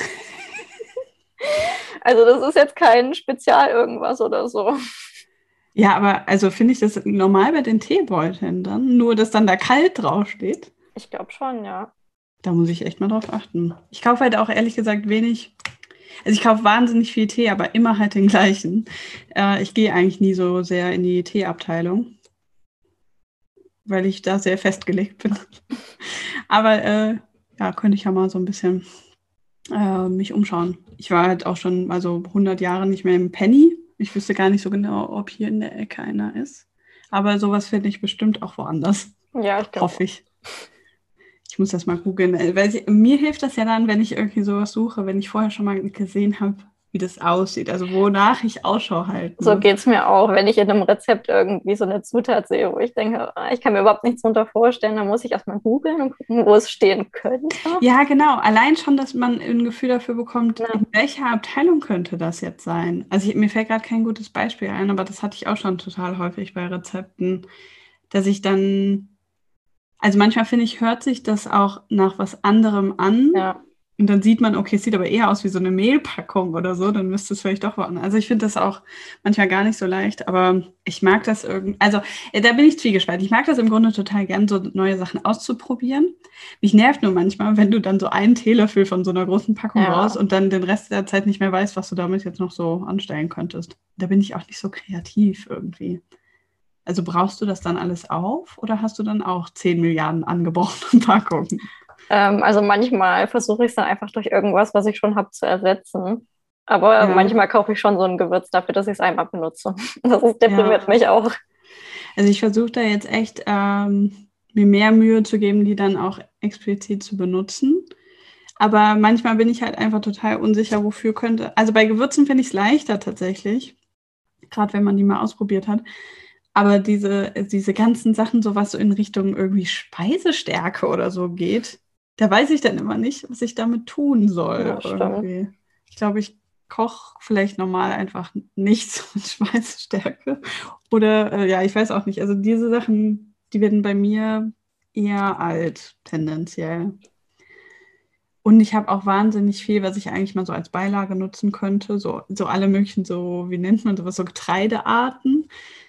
Also das ist jetzt kein Spezial irgendwas oder so. Ja, aber also finde ich das normal bei den Teebeuteln dann, nur dass dann da kalt draufsteht. Ich glaube schon, ja. Da muss ich echt mal drauf achten. Ich kaufe halt auch ehrlich gesagt wenig. Also ich kaufe wahnsinnig viel Tee, aber immer halt den gleichen. Ich gehe eigentlich nie so sehr in die Teeabteilung, weil ich da sehr festgelegt bin. Aber ja, könnte ich ja mal so ein bisschen mich umschauen. Ich war halt auch schon also 100 Jahre nicht mehr im Penny. Ich wüsste gar nicht so genau, ob hier in der Ecke einer ist. Aber sowas finde ich bestimmt auch woanders. Ja, ich glaube. Hoffe ich. Ich muss das mal googeln. Mir hilft das ja dann, wenn ich irgendwie sowas suche, wenn ich vorher schon mal gesehen habe, wie das aussieht. Also wonach ich Ausschau halten So muss. geht es mir auch, wenn ich in einem Rezept irgendwie so eine Zutat sehe, wo ich denke, ich kann mir überhaupt nichts darunter vorstellen, dann muss ich erstmal googeln und gucken, wo es stehen könnte. Ja, genau. Allein schon, dass man ein Gefühl dafür bekommt, Ja. in welcher Abteilung könnte das jetzt sein. Also mir fällt gerade kein gutes Beispiel ein, aber das hatte ich auch schon total häufig bei Rezepten, dass ich dann, also manchmal finde ich, hört sich das auch nach was anderem an. Ja. Und dann sieht man, okay, es sieht aber eher aus wie so eine Mehlpackung oder so, dann müsste es vielleicht doch woanders. Also ich finde das auch manchmal gar nicht so leicht, aber ich mag das irgendwie, also da bin ich zwiegespalten. Ich mag das im Grunde total gern, so neue Sachen auszuprobieren. Mich nervt nur manchmal, wenn du dann so einen Teelöffel von so einer großen Packung raus Ja. und dann den Rest der Zeit nicht mehr weißt, was du damit jetzt noch so anstellen könntest. Da bin ich auch nicht so kreativ irgendwie. Also brauchst du das dann alles auf oder hast du dann auch 10 Milliarden angebrochene Packungen? Also manchmal versuche ich es dann einfach durch irgendwas, was ich schon habe, zu ersetzen. Aber Ja, manchmal kaufe ich schon so ein Gewürz dafür, dass ich es einmal benutze. Das ist, deprimiert ja. mich auch. Also ich versuche da jetzt echt mir mehr Mühe zu geben, die dann auch explizit zu benutzen. Aber manchmal bin ich halt einfach total unsicher, wofür könnte. Also bei Gewürzen finde ich es leichter tatsächlich, gerade wenn man die mal ausprobiert hat. Aber diese ganzen Sachen, so was so in Richtung irgendwie Speisestärke oder so geht, da weiß ich dann immer nicht, was ich damit tun soll Ja, stimmt. irgendwie. Ich glaube, ich koche vielleicht normal einfach nichts mit Speisestärke. Oder ja, ich weiß auch nicht. Also diese Sachen, die werden bei mir eher alt, tendenziell. Und ich habe auch wahnsinnig viel, was ich eigentlich mal so als Beilage nutzen könnte. So alle möglichen, so, wie nennt man sowas, so Getreidearten.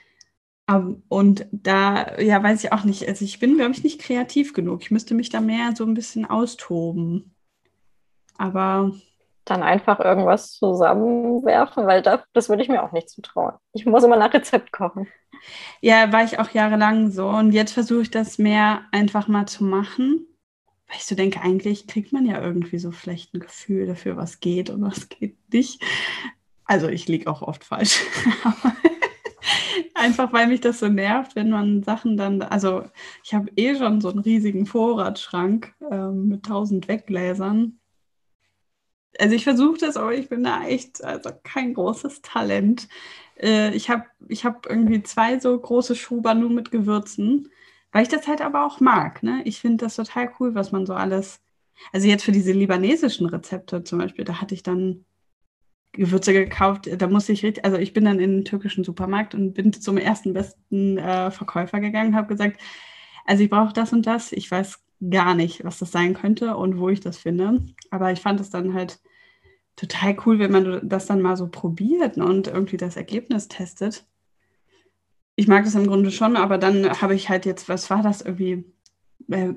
Und da, ja, weiß ich auch nicht. Also ich bin, glaube ich, nicht kreativ genug. Ich müsste mich da mehr so ein bisschen austoben. Aber Dann einfach irgendwas zusammenwerfen, weil das würde ich mir auch nicht zutrauen. Ich muss immer nach Rezept kochen. ja, war ich auch jahrelang so. Und jetzt versuche ich das mehr einfach mal zu machen. Weil ich so denke, eigentlich kriegt man ja irgendwie so vielleicht ein Gefühl dafür, was geht und was geht nicht. Also ich liege auch oft falsch. Aber einfach weil mich das so nervt, wenn man Sachen dann, also ich habe eh schon so einen riesigen Vorratsschrank mit 1000 Weggläsern. Also ich versuche das, aber ich bin da echt also kein großes Talent. Ich hab irgendwie 2 so große Schuber nur mit Gewürzen, weil ich das halt aber auch mag. Ne? Ich finde das total cool, was man so alles. Also jetzt für diese libanesischen Rezepte zum Beispiel, da hatte ich dann Gewürze gekauft. Da musste ich richtig, also ich bin dann in den türkischen Supermarkt und bin zum ersten besten Verkäufer gegangen, habe gesagt, also ich brauche das und das. Ich weiß gar nicht, was das sein könnte und wo ich das finde. Aber ich fand es dann halt total cool, wenn man das dann mal so probiert, ne, und irgendwie das Ergebnis testet. Ich mag das im Grunde schon, aber dann habe ich halt jetzt, was war das irgendwie? Äh,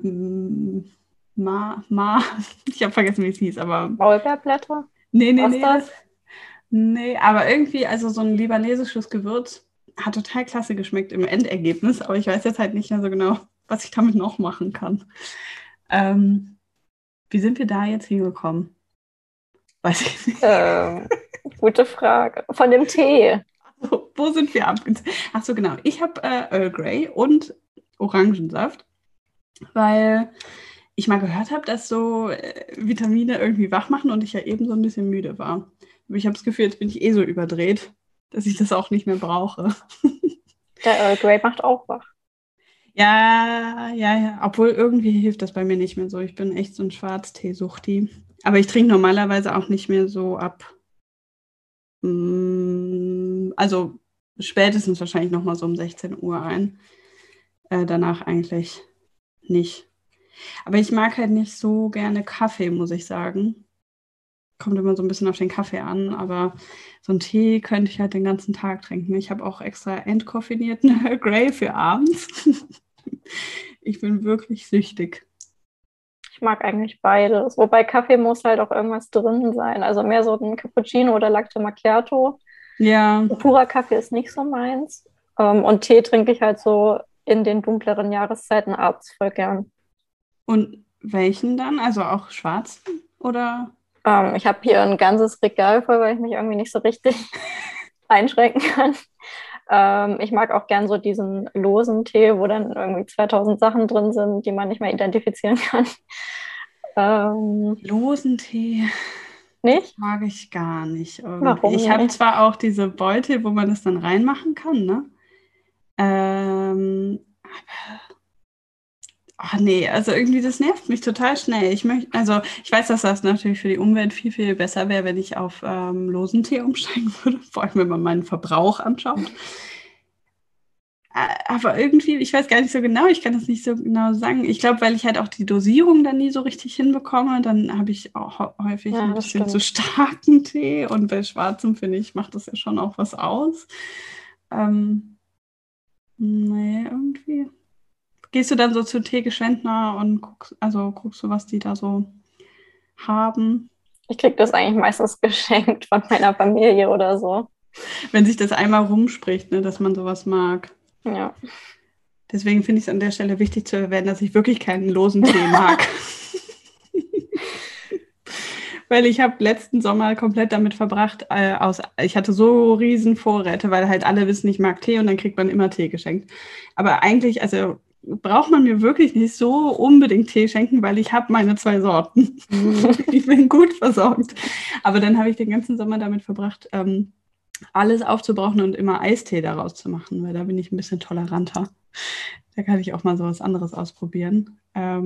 ich habe vergessen, wie es hieß, aber Maulbeerblätter? nee, nee, Was nee, das? nee, aber irgendwie, also so ein libanesisches Gewürz hat total klasse geschmeckt im Endergebnis, aber ich weiß jetzt halt nicht mehr so genau, was ich damit noch machen kann. Ähm, Wie sind wir da jetzt hingekommen? Weiß ich nicht. Ähm, Gute Frage. Von dem Tee. Wo sind wir abgezogen? Ach so, genau. Ich habe Earl Grey und Orangensaft, weil ich mal gehört habe, dass so Vitamine irgendwie wach machen und ich ja eben so ein bisschen müde war. Aber ich habe das Gefühl, jetzt bin ich eh so überdreht, dass ich das auch nicht mehr brauche. Der Earl Grey macht auch wach. Ja, ja, ja. Obwohl irgendwie hilft das bei mir nicht mehr so. Ich bin echt so ein Schwarztee-Suchti. Aber ich trinke normalerweise auch nicht mehr so ab. Also spätestens wahrscheinlich nochmal so um 16 Uhr ein. Danach eigentlich nicht. Aber ich mag halt nicht so gerne Kaffee, muss ich sagen. Kommt immer so ein bisschen auf den Kaffee an, aber so einen Tee könnte ich halt den ganzen Tag trinken. Ich habe auch extra entkoffinierten Earl Grey für abends. Ich bin wirklich süchtig. Ich mag eigentlich beides. Wobei Kaffee muss halt auch irgendwas drin sein. Also mehr so ein Cappuccino oder Latte Macchiato. Ja, Purer Kaffee ist nicht so meins. Und Tee trinke ich halt so in den dunkleren Jahreszeiten abends voll gern. und welchen dann? Also auch schwarzen oder? Ich habe hier ein ganzes Regal voll, weil ich mich irgendwie nicht so richtig einschränken kann. Ich mag auch gern so diesen losen Tee, wo dann irgendwie 2000 Sachen drin sind, die man nicht mehr identifizieren kann. Losen Tee Nicht? mag ich gar nicht irgendwie. Warum Ich habe nicht? zwar auch diese Beutel, wo man das dann reinmachen kann, ne? Ach nee, also irgendwie das nervt mich total schnell. Also ich weiß, dass das natürlich für die Umwelt viel, viel besser wäre, wenn ich auf losen Tee umsteigen würde, vor allem wenn man meinen Verbrauch anschaut. Aber irgendwie, ich weiß gar nicht so genau, ich kann das nicht so genau sagen. Ich glaube, weil ich halt auch die Dosierung dann nie so richtig hinbekomme, dann habe ich auch häufig Ja, ein das bisschen zu stimmt. starken Tee und bei schwarzem, finde ich, macht das ja schon auch was aus. Nee, irgendwie. Gehst du dann so zu Teegeschwendner und guckst du, was die da so haben? Ich kriege das eigentlich meistens geschenkt von meiner Familie oder so. Wenn sich das einmal rumspricht, ne, dass man sowas mag. Ja. Deswegen finde ich es an der Stelle wichtig zu erwähnen, dass ich wirklich keinen losen Tee mag. Weil ich habe letzten Sommer komplett damit verbracht, ich hatte so riesen Vorräte, weil halt alle wissen, ich mag Tee und dann kriegt man immer Tee geschenkt. Aber eigentlich, also braucht man mir wirklich nicht so unbedingt Tee schenken, weil ich habe meine 2 Sorten. Ich bin gut versorgt. Aber dann habe ich den ganzen Sommer damit verbracht, alles aufzubrauchen und immer Eistee daraus zu machen, weil da bin ich ein bisschen toleranter. Da kann ich auch mal so was anderes ausprobieren.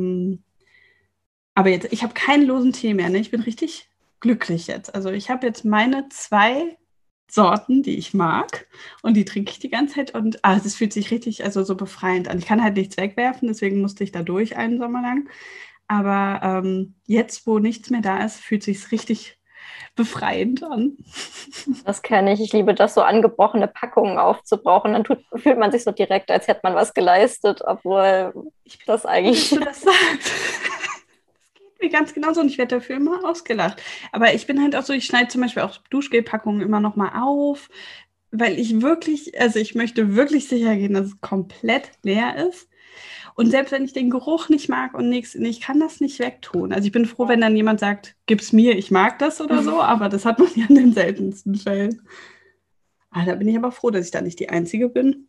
Aber jetzt, ich habe keinen losen Tee mehr. Ne? Ich bin richtig glücklich jetzt. Also ich habe jetzt meine 2 Sorten, die ich mag. Und die trinke ich die ganze Zeit. Und das fühlt sich richtig, also so befreiend an. Ich kann halt nichts wegwerfen, deswegen musste ich da durch einen Sommer lang. Aber jetzt, wo nichts mehr da ist, fühlt sich richtig befreiend an. Das kenne ich. Ich liebe das, so angebrochene Packungen aufzubrauchen. Fühlt man sich so direkt, als hätte man was geleistet, obwohl Ich bin das froh, dass eigentlich. du das sagst. Das geht mir ganz genauso und ich werde dafür immer ausgelacht. Aber ich bin halt auch so, ich schneide zum Beispiel auch Duschgelpackungen immer noch mal auf, weil ich wirklich, also ich möchte wirklich sicher gehen, dass es komplett leer ist. Und selbst wenn ich den Geruch nicht mag und nichts, ich kann das nicht wegtun. Also ich bin froh, wenn dann jemand sagt, gib's mir, ich mag das oder so, aber das hat man ja in den seltensten Fällen. Da bin ich aber froh, dass ich da nicht die Einzige bin.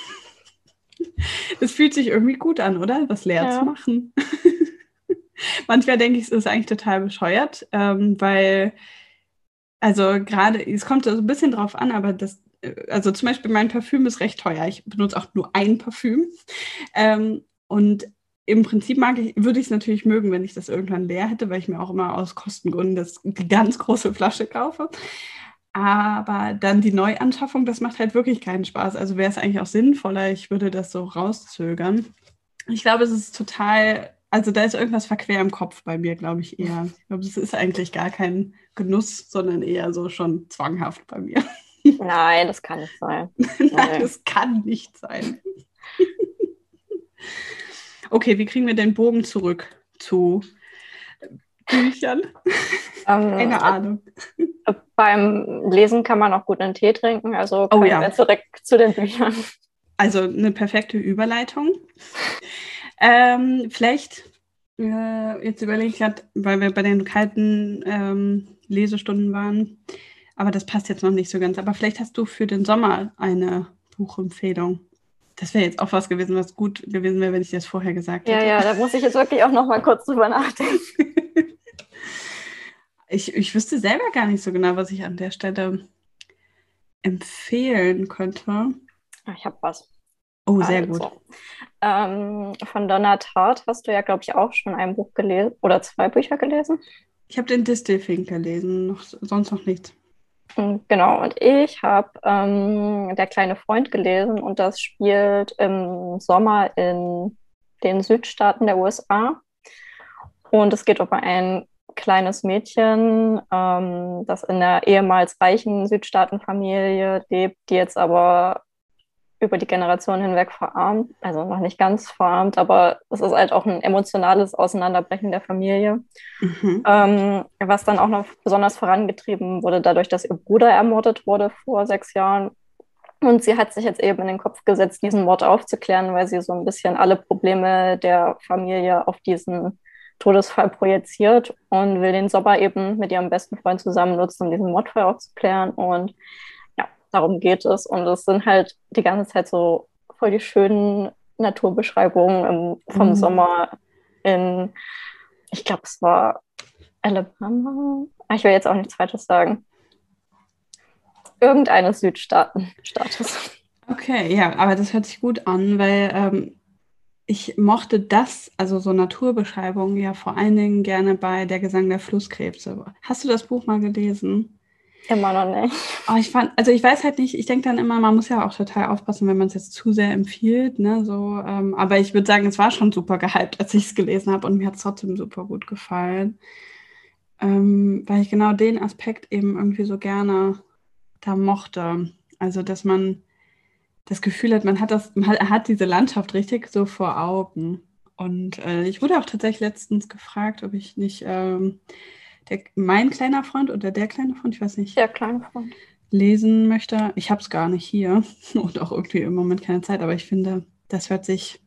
Es fühlt sich irgendwie gut an, oder? Das leer zu Ja. machen. Manchmal denke ich, es ist eigentlich total bescheuert, weil, also gerade, es kommt so ein bisschen drauf an, aber also zum Beispiel mein Parfüm ist recht teuer. Ich benutze auch nur ein Parfüm. Und im Prinzip würde ich es natürlich mögen, wenn ich das irgendwann leer hätte, weil ich mir auch immer aus Kostengründen die ganz große Flasche kaufe. Aber dann die Neuanschaffung, das macht halt wirklich keinen Spaß. Also wäre es eigentlich auch sinnvoller, ich würde das so rauszögern. Ich glaube, es ist total, also da ist irgendwas verquer im Kopf bei mir, glaube ich eher. Ich glaube, es ist eigentlich gar kein Genuss, sondern eher so schon zwanghaft bei mir. Nein, das kann nicht sein. Nein, das kann nicht sein. Okay, wie kriegen wir den Bogen zurück zu Büchern? Keine Ahnung. Beim Lesen kann man auch gut einen Tee trinken, also Oh können ja, wir zurück zu den Büchern. also eine perfekte Überleitung. Vielleicht, jetzt überlege ich gerade, weil wir bei den kalten Lesestunden waren, aber das passt jetzt noch nicht so ganz. Aber vielleicht hast du für den Sommer eine Buchempfehlung. Das wäre jetzt auch was gewesen, was gut gewesen wäre, wenn ich dir das vorher gesagt Ja, hätte. ja, da muss ich jetzt wirklich auch noch mal kurz drüber nachdenken. Ich wüsste selber gar nicht so genau, was ich an der Stelle empfehlen könnte. Ich habe was. Oh, sehr gut. Also, von Donna Tartt hast du ja, glaube ich, auch schon ein Buch gelesen oder 2 Bücher gelesen. Ich habe den Distelfink gelesen, sonst noch nichts. Genau, und ich habe Der kleine Freund gelesen und das spielt im Sommer in den Südstaaten der USA. Und es geht um ein kleines Mädchen, das in einer ehemals reichen Südstaatenfamilie lebt, die jetzt aber über die Generation hinweg verarmt, also noch nicht ganz verarmt, aber es ist halt auch ein emotionales Auseinanderbrechen der Familie, Mhm. was dann auch noch besonders vorangetrieben wurde, dadurch, dass ihr Bruder ermordet wurde vor 6 Jahren. Und sie hat sich jetzt eben in den Kopf gesetzt, diesen Mord aufzuklären, weil sie so ein bisschen alle Probleme der Familie auf diesen Todesfall projiziert und will den Sommer eben mit ihrem besten Freund zusammen nutzen, um diesen Mordfall aufzuklären. Und ja, darum geht es. Und es sind halt die ganze Zeit so voll die schönen Naturbeschreibungen vom Mhm. Sommer in, ich glaube, es war Alabama. Ich will jetzt auch nichts Falsches sagen. Irgendeines Südstaaten-Staates. Okay, ja, aber das hört sich gut an, weil ich mochte das, also so Naturbeschreibungen, ja vor allen Dingen gerne bei Der Gesang der Flusskrebse. Hast du das Buch mal gelesen? Immer noch nicht. Oh, also ich weiß halt nicht, ich denke dann immer, man muss ja auch total aufpassen, wenn man es jetzt zu sehr empfiehlt, ne, so, aber ich würde sagen, es war schon super gehypt, als ich es gelesen habe und mir hat es trotzdem super gut gefallen, weil ich genau den Aspekt eben irgendwie so gerne da mochte. Also, dass man das Gefühl hat, man hat diese Landschaft richtig so vor Augen. Und ich wurde auch tatsächlich letztens gefragt, ob ich nicht mein kleiner Freund oder der kleine Freund, ich weiß nicht, Der kleine Freund. lesen möchte. Ich habe es gar nicht hier und auch irgendwie im Moment keine Zeit, aber ich finde, das hört sich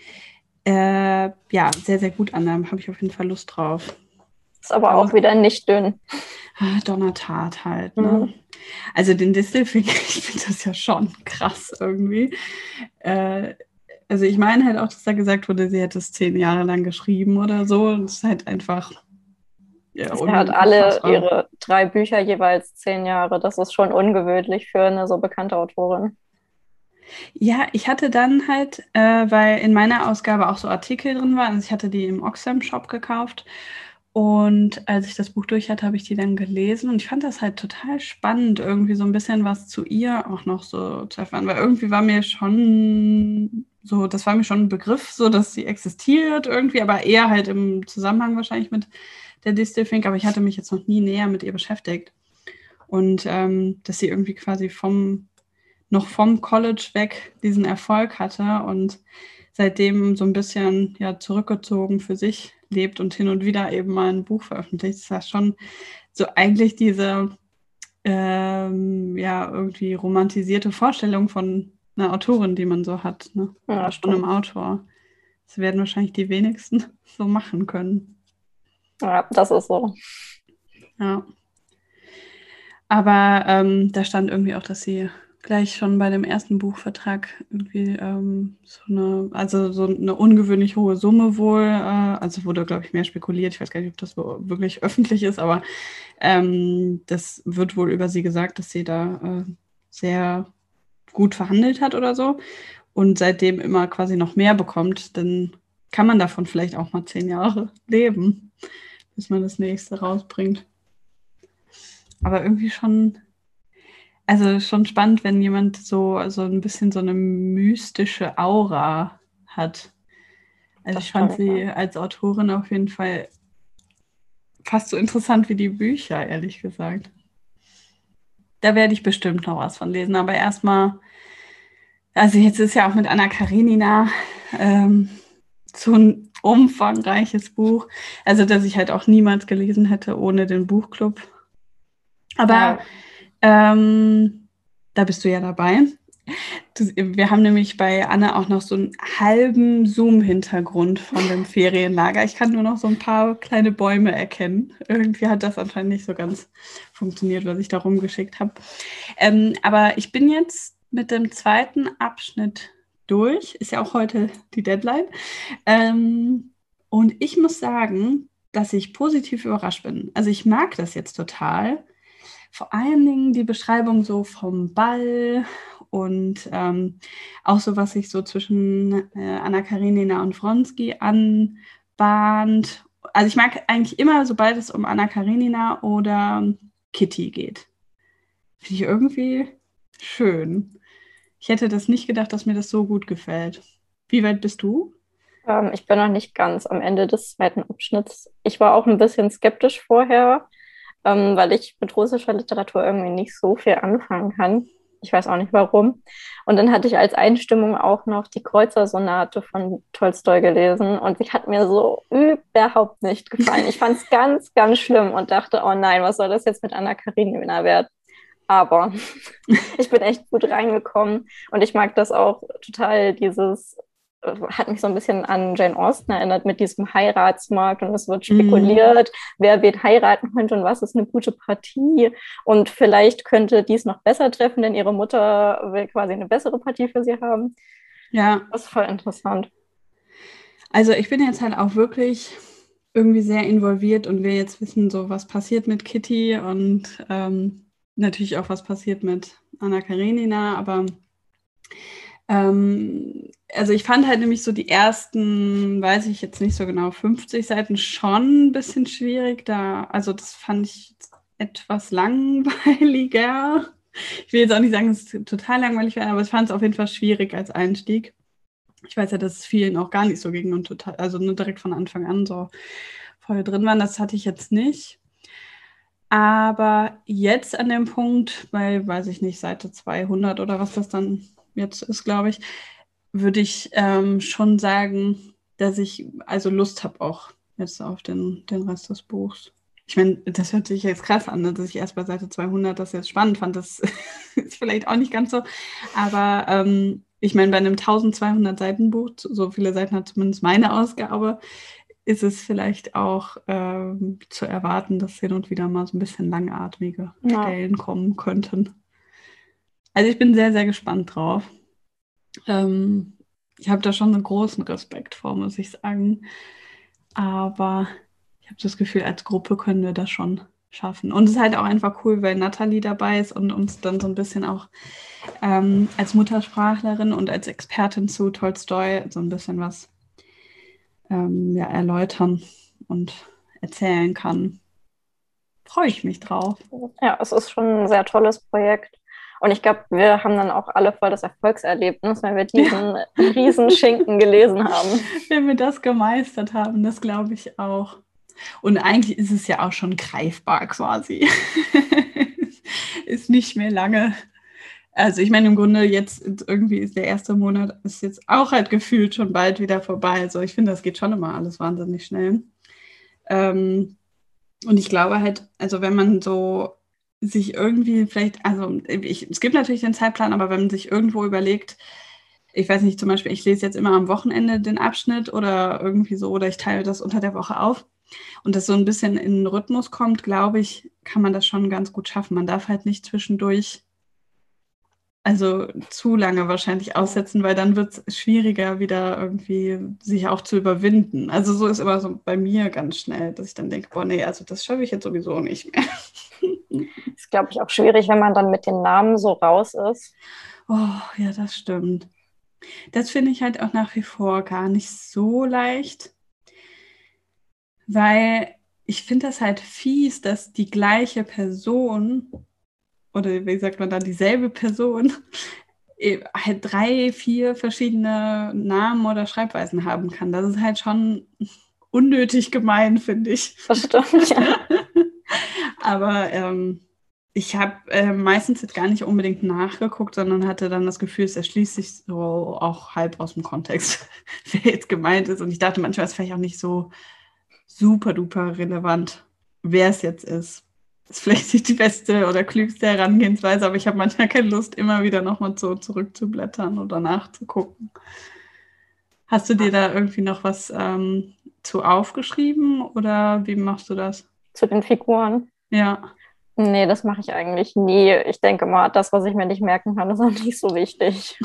ja sehr, sehr gut an. Da habe ich auf jeden Fall Lust drauf. Ist aber Aber auch wieder nicht dünn. Donnertat halt, ne? Mhm. Also den Distelfink, ich finde das ja schon krass irgendwie. Äh, also ich meine halt auch, dass da gesagt wurde, sie hätte es 10 Jahre lang geschrieben oder so. Und es ist halt einfach ja, Sie hat alle unfassbar. ihre 3 Bücher jeweils 10 Jahre. Das ist schon ungewöhnlich für eine so bekannte Autorin. Ja, ich hatte dann halt, weil in meiner Ausgabe auch so Artikel drin waren, also ich hatte die im Oxfam-Shop gekauft und als ich das Buch durch hatte, habe ich die dann gelesen und ich fand das halt total spannend, irgendwie so ein bisschen was zu ihr auch noch so zu erfahren, weil irgendwie war mir schon so, das war mir schon ein Begriff, so dass sie existiert irgendwie, aber eher halt im Zusammenhang wahrscheinlich mit der Distelfink, aber ich hatte mich jetzt noch nie näher mit ihr beschäftigt und dass sie irgendwie quasi noch vom College weg diesen Erfolg hatte und seitdem so ein bisschen ja zurückgezogen für sich lebt und hin und wieder eben mal ein Buch veröffentlicht. Das war schon so eigentlich diese ja irgendwie romantisierte Vorstellung von einer Autorin, die man so hat, ne? Ja, Oder von einem stimmt. Autor. Das werden wahrscheinlich die wenigsten so machen können. Ja, das ist so. Ja. Aber da stand irgendwie auch, dass sie gleich schon bei dem ersten Buchvertrag irgendwie also so eine ungewöhnlich hohe Summe wohl, also wurde, glaube ich, mehr spekuliert. Ich weiß gar nicht, ob das wirklich öffentlich ist, aber das wird wohl über sie gesagt, dass sie da sehr gut verhandelt hat oder so und seitdem immer quasi noch mehr bekommt, dann kann man davon vielleicht auch mal 10 Jahre leben, bis man das nächste rausbringt. Aber irgendwie schon, also schon spannend, wenn jemand so ein bisschen so eine mystische Aura hat. Also Das ich fand stimmt. sie Ja. als Autorin auf jeden Fall fast so interessant wie die Bücher, ehrlich gesagt. Da werde ich bestimmt noch was von lesen, aber erstmal, also jetzt ist ja auch mit Anna Karenina so ein umfangreiches Buch, also dass ich halt auch niemals gelesen hätte ohne den Buchclub. Aber Ja, da bist du ja dabei. Wir haben nämlich bei Anne auch noch so einen halben Zoom-Hintergrund von dem Ferienlager. Ich kann nur noch so ein paar kleine Bäume erkennen. Irgendwie hat das anscheinend nicht so ganz funktioniert, was ich da rumgeschickt habe. Aber ich bin jetzt mit dem zweiten Abschnitt durch. Ist ja auch heute die Deadline. Und ich muss sagen, dass ich positiv überrascht bin. Also ich mag das jetzt total. Vor allen Dingen die Beschreibung so vom Ball und auch so, was sich so zwischen Anna Karenina und Wronski anbahnt. Also ich mag eigentlich immer, sobald es um Anna Karenina oder Kitty geht. Finde ich irgendwie schön. Ich hätte das nicht gedacht, dass mir das so gut gefällt. Wie weit bist du? Ich bin noch nicht ganz am Ende des zweiten Abschnitts. Ich war auch ein bisschen skeptisch vorher, weil ich mit russischer Literatur irgendwie nicht so viel anfangen kann. Ich weiß auch nicht warum. Und dann hatte ich als Einstimmung auch noch die Kreuzer-Sonate von Tolstoi gelesen und sie hat mir so überhaupt nicht gefallen. Ich fand es ganz, ganz schlimm und dachte, oh nein, was soll das jetzt mit Anna Karenina werden? Aber ich bin echt gut reingekommen und ich mag das auch total, hat mich so ein bisschen an Jane Austen erinnert mit diesem Heiratsmarkt und es wird Mhm. spekuliert, wer wen heiraten könnte und was ist eine gute Partie und vielleicht könnte dies noch besser treffen, denn ihre Mutter will quasi eine bessere Partie für sie haben. Ja, Das ist voll interessant. also ich bin jetzt halt auch wirklich irgendwie sehr involviert und will jetzt wissen, so was passiert mit Kitty und natürlich auch, was passiert mit Anna Karenina, aber also ich fand halt nämlich so die ersten, weiß ich jetzt nicht so genau, 50 Seiten schon ein bisschen schwierig. Also das fand ich etwas langweiliger. Ich will jetzt auch nicht sagen, dass es total langweilig wäre, aber ich fand es auf jeden Fall schwierig als Einstieg. Ich weiß ja, dass es vielen auch gar nicht so ging und total, also nur direkt von Anfang an so voll drin waren. Das hatte ich jetzt nicht. Aber jetzt an dem Punkt, bei, weiß ich nicht, Seite 200 oder was das dann jetzt ist, glaube ich, würde ich schon sagen, dass ich also Lust habe auch jetzt auf den Rest des Buchs. Ich meine, das hört sich jetzt krass an, ne, dass ich erst bei Seite 200 das jetzt spannend fand. Das ist vielleicht auch nicht ganz so. Aber ich meine, bei einem 1200 Seiten Buch, so viele Seiten hat zumindest meine Ausgabe, ist es vielleicht auch zu erwarten, dass hin und wieder mal so ein bisschen langatmige Ja. Stellen kommen könnten. Also ich bin sehr, sehr gespannt drauf. Ähm, Ich habe da schon einen großen Respekt vor, muss ich sagen. Aber ich habe das Gefühl, als Gruppe können wir das schon schaffen. Und es ist halt auch einfach cool, weil Nathalie dabei ist und uns dann so ein bisschen auch als Muttersprachlerin und als Expertin zu Tolstoi so ein bisschen was ja, erläutern und erzählen kann. Freue ich mich drauf. Ja, es ist schon ein sehr tolles Projekt. Und ich glaube, wir haben dann auch alle voll das Erfolgserlebnis, wenn wir Ja, diesen Riesenschinken gelesen haben. wenn wir das gemeistert haben, das glaube ich auch. Und eigentlich ist es ja auch schon greifbar quasi. Ist nicht mehr lange. Also ich meine, im Grunde jetzt irgendwie ist der erste Monat ist jetzt auch halt gefühlt schon bald wieder vorbei. Also ich finde, das geht schon immer alles wahnsinnig schnell. Ähm, und ich glaube halt, also wenn man so sich irgendwie vielleicht, es gibt natürlich den Zeitplan, aber wenn man sich irgendwo überlegt, ich weiß nicht, zum Beispiel, ich lese jetzt immer am Wochenende den Abschnitt oder irgendwie so, oder ich teile das unter der Woche auf und das so ein bisschen in den Rhythmus kommt, glaube ich, kann man das schon ganz gut schaffen. Man darf halt nicht zwischendurch, also zu lange wahrscheinlich aussetzen, weil dann wird es schwieriger, wieder irgendwie sich auch zu überwinden. Also so ist immer so bei mir ganz schnell, dass ich dann denke, boah, nee, also das schaffe ich jetzt sowieso nicht mehr. Ist, glaube ich, auch schwierig, wenn man dann mit den Namen so raus ist. Oh, ja, das stimmt. Das finde ich halt auch nach wie vor gar nicht so leicht, weil ich finde das halt fies, dass die gleiche Person oder wie sagt man dann, dieselbe Person halt 3, 4 verschiedene Namen oder Schreibweisen haben kann. Das ist halt schon unnötig gemein, finde ich. Das stimmt, ja. Aber ich habe meistens jetzt gar nicht unbedingt nachgeguckt, sondern hatte dann das Gefühl, es erschließt sich so auch halb aus dem Kontext, wer jetzt gemeint ist. Und ich dachte manchmal, es ist vielleicht auch nicht so super duper relevant, wer es jetzt ist. Das ist vielleicht nicht die beste oder klügste Herangehensweise, aber ich habe manchmal keine Lust, immer wieder nochmal so zurückzublättern oder nachzugucken. Hast du dir da irgendwie noch was zu aufgeschrieben oder wie machst du das? Zu den Figuren. Ja, Nee, das mache ich eigentlich nie. Ich denke mal, das, was ich mir nicht merken kann, ist auch nicht so wichtig.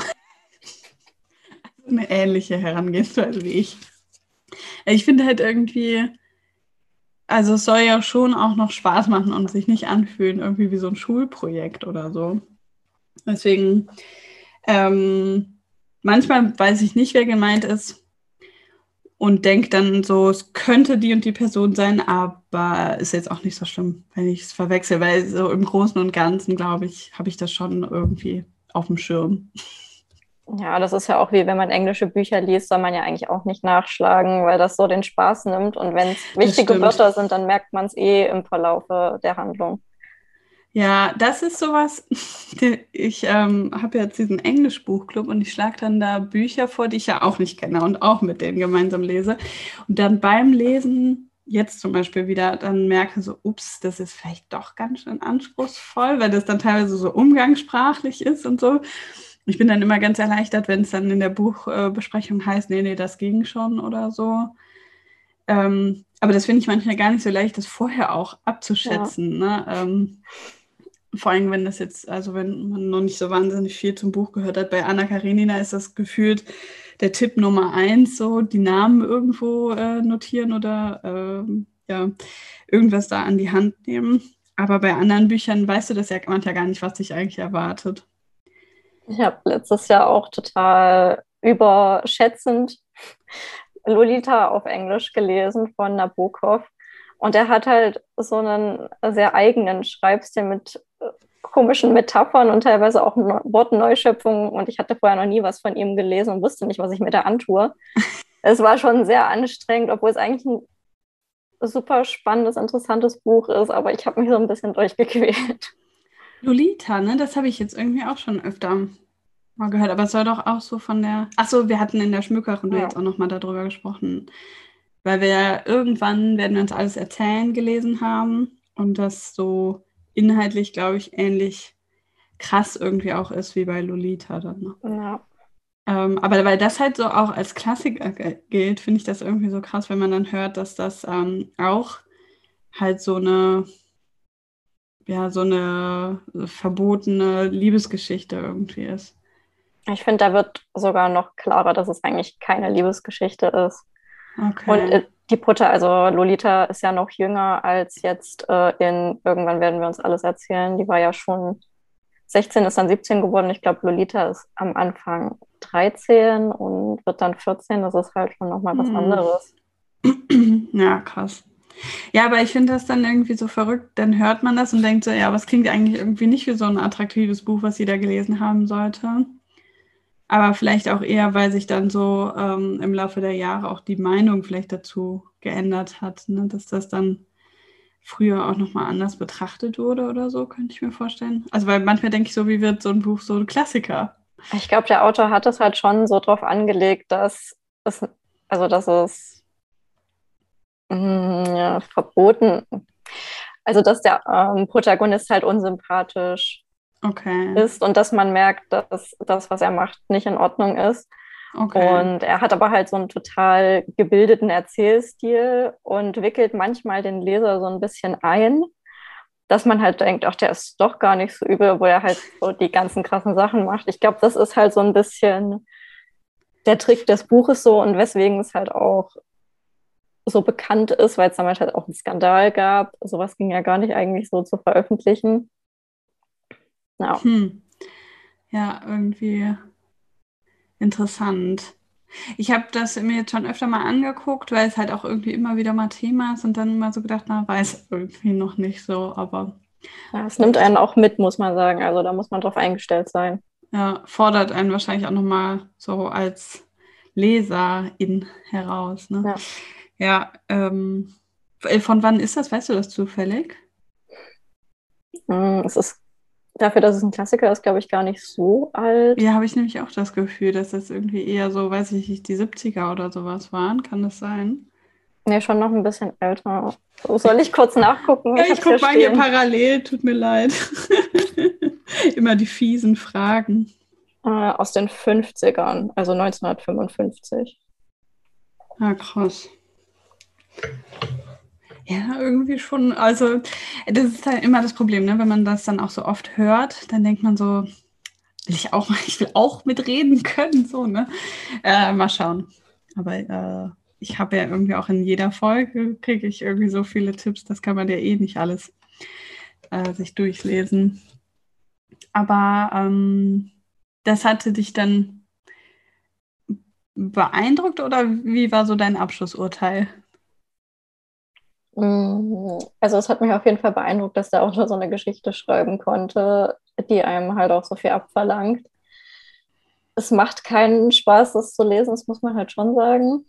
eine ähnliche Herangehensweise wie ich. Ich finde halt irgendwie, also es soll ja schon auch noch Spaß machen und sich nicht anfühlen, irgendwie wie so ein Schulprojekt oder so. Deswegen, manchmal weiß ich nicht, wer gemeint ist. und denke dann so, es könnte die und die Person sein, aber ist jetzt auch nicht so schlimm, wenn ich es verwechsel, weil so im Großen und Ganzen, glaube ich, habe ich das schon irgendwie auf dem Schirm. Ja, das ist ja auch wie wenn man englische Bücher liest, soll man ja eigentlich auch nicht nachschlagen, weil das so den Spaß nimmt. Und wenn es Das wichtige stimmt. Wörter sind, dann merkt man es eh im Verlaufe der Handlung. Ja, das ist sowas. Ich habe jetzt diesen Englischbuchclub und ich schlage dann da Bücher vor, die ich ja auch nicht kenne und auch mit denen gemeinsam lese. Und dann beim Lesen, jetzt zum Beispiel wieder, dann merke so, ups, das ist vielleicht doch ganz schön anspruchsvoll, weil das dann teilweise so umgangssprachlich ist und so. Ich bin dann immer ganz erleichtert, wenn es dann in der Buchbesprechung heißt, nee, das ging schon oder so. Aber das finde ich manchmal gar nicht so leicht, das vorher auch Ja. abzuschätzen, ne? Vor allem, wenn das jetzt, also wenn man noch nicht so wahnsinnig viel zum Buch gehört hat, bei Anna Karenina ist das gefühlt der Tipp Nummer 1, so die Namen irgendwo notieren oder ja, irgendwas da an die Hand nehmen. Aber bei anderen Büchern weißt du das ja manchmal gar nicht, was dich eigentlich erwartet. Ich habe letztes Jahr auch total überschätzend Lolita auf Englisch gelesen von Nabokov. Und er hat halt so einen sehr eigenen Schreibstil mit komischen Metaphern und teilweise auch Wortneuschöpfungen. Und ich hatte vorher noch nie was von ihm gelesen und wusste nicht, was ich mir da antue. Es war schon sehr anstrengend, obwohl es eigentlich ein super spannendes, interessantes Buch ist, aber ich habe mich so ein bisschen durchgequält. Lolita, ne, das habe ich jetzt irgendwie auch schon öfter mal gehört, aber es soll doch auch so von der. Ach so, wir hatten in der Schmückerrunde Ja. jetzt auch nochmal darüber gesprochen, weil wir ja irgendwann werden wir uns alles erzählen gelesen haben und das so inhaltlich, glaube ich, ähnlich krass irgendwie auch ist wie bei Lolita dann. Ne? Ja. Aber weil das halt so auch als Klassiker gilt, finde ich das irgendwie so krass, wenn man dann hört, dass das auch halt so eine verbotene Liebesgeschichte irgendwie ist. Ich finde, da wird sogar noch klarer, dass es eigentlich keine Liebesgeschichte ist. Und Okay. die Putte, also Lolita ist ja noch jünger als jetzt in Irgendwann werden wir uns alles erzählen. Die war ja schon 16, ist dann 17 geworden. Ich glaube, Lolita ist am Anfang 13 und wird dann 14. Das ist halt schon nochmal was Hm. anderes. Ja, krass. Ja, aber ich finde das dann irgendwie so verrückt. Dann hört man das und denkt so, ja, aber es klingt eigentlich irgendwie nicht wie so ein attraktives Buch, was jeder gelesen haben sollte. Aber vielleicht auch eher, weil sich dann so im Laufe der Jahre auch die Meinung vielleicht dazu geändert hat, ne? Dass das dann früher auch nochmal anders betrachtet wurde oder so, könnte ich mir vorstellen. Also, weil manchmal denke ich so, wie wird so ein Buch so ein Klassiker? Ich glaube, der Autor hat es halt schon so drauf angelegt, es, dass es ja, verboten, also dass der Protagonist halt unsympathisch Okay, ist und dass man merkt, dass das, was er macht, nicht in Ordnung ist. okay. Und er hat aber halt so einen total gebildeten Erzählstil und wickelt manchmal den Leser so ein bisschen ein, dass man halt denkt, ach, der ist doch gar nicht so übel, wo er halt so die ganzen krassen Sachen macht. Ich glaube, das ist halt so ein bisschen der Trick des Buches so und weswegen es halt auch so bekannt ist, weil es damals halt auch einen Skandal gab. Sowas ging ja gar nicht eigentlich so zu veröffentlichen. Ja. Hm. Ja, irgendwie interessant. Ich habe das mir jetzt schon öfter mal angeguckt, weil es halt auch irgendwie immer wieder mal Thema ist und dann immer so gedacht, na, weiß irgendwie noch nicht so, aber Ja, es nimmt vielleicht einen auch mit, muss man sagen. Also da muss man drauf eingestellt sein. ja, fordert einen wahrscheinlich auch nochmal so als Leserin heraus, ne? Ja. Ja, von wann ist das? Weißt du das zufällig? Es ist dafür, dass es ein Klassiker ist, glaube ich, gar nicht so alt. Ja, habe ich nämlich auch das Gefühl, dass das irgendwie eher so, weiß ich nicht, die 70er oder sowas waren. Kann das sein? Nee, schon noch ein bisschen älter. Soll ich kurz nachgucken? Ja, Ich habe ich es hier guck mal hier stehen. parallel, tut mir leid. Immer die fiesen Fragen. Aus den 50ern, also 1955. Ah, krass. Ja, irgendwie schon. Also, das ist halt immer das Problem, ne? Wenn man das dann auch so oft hört, dann denkt man so, ich will auch mitreden können, so, ne? Mal schauen. Aber ich habe ja irgendwie auch in jeder Folge, kriege ich irgendwie so viele Tipps, das kann man ja eh nicht alles sich durchlesen. Aber das hatte dich dann beeindruckt oder wie war so dein Abschlussurteil? Also es hat mich auf jeden Fall beeindruckt, dass der Autor so eine Geschichte schreiben konnte, die einem halt auch so viel abverlangt. Es macht keinen Spaß, das zu lesen, das muss man halt schon sagen.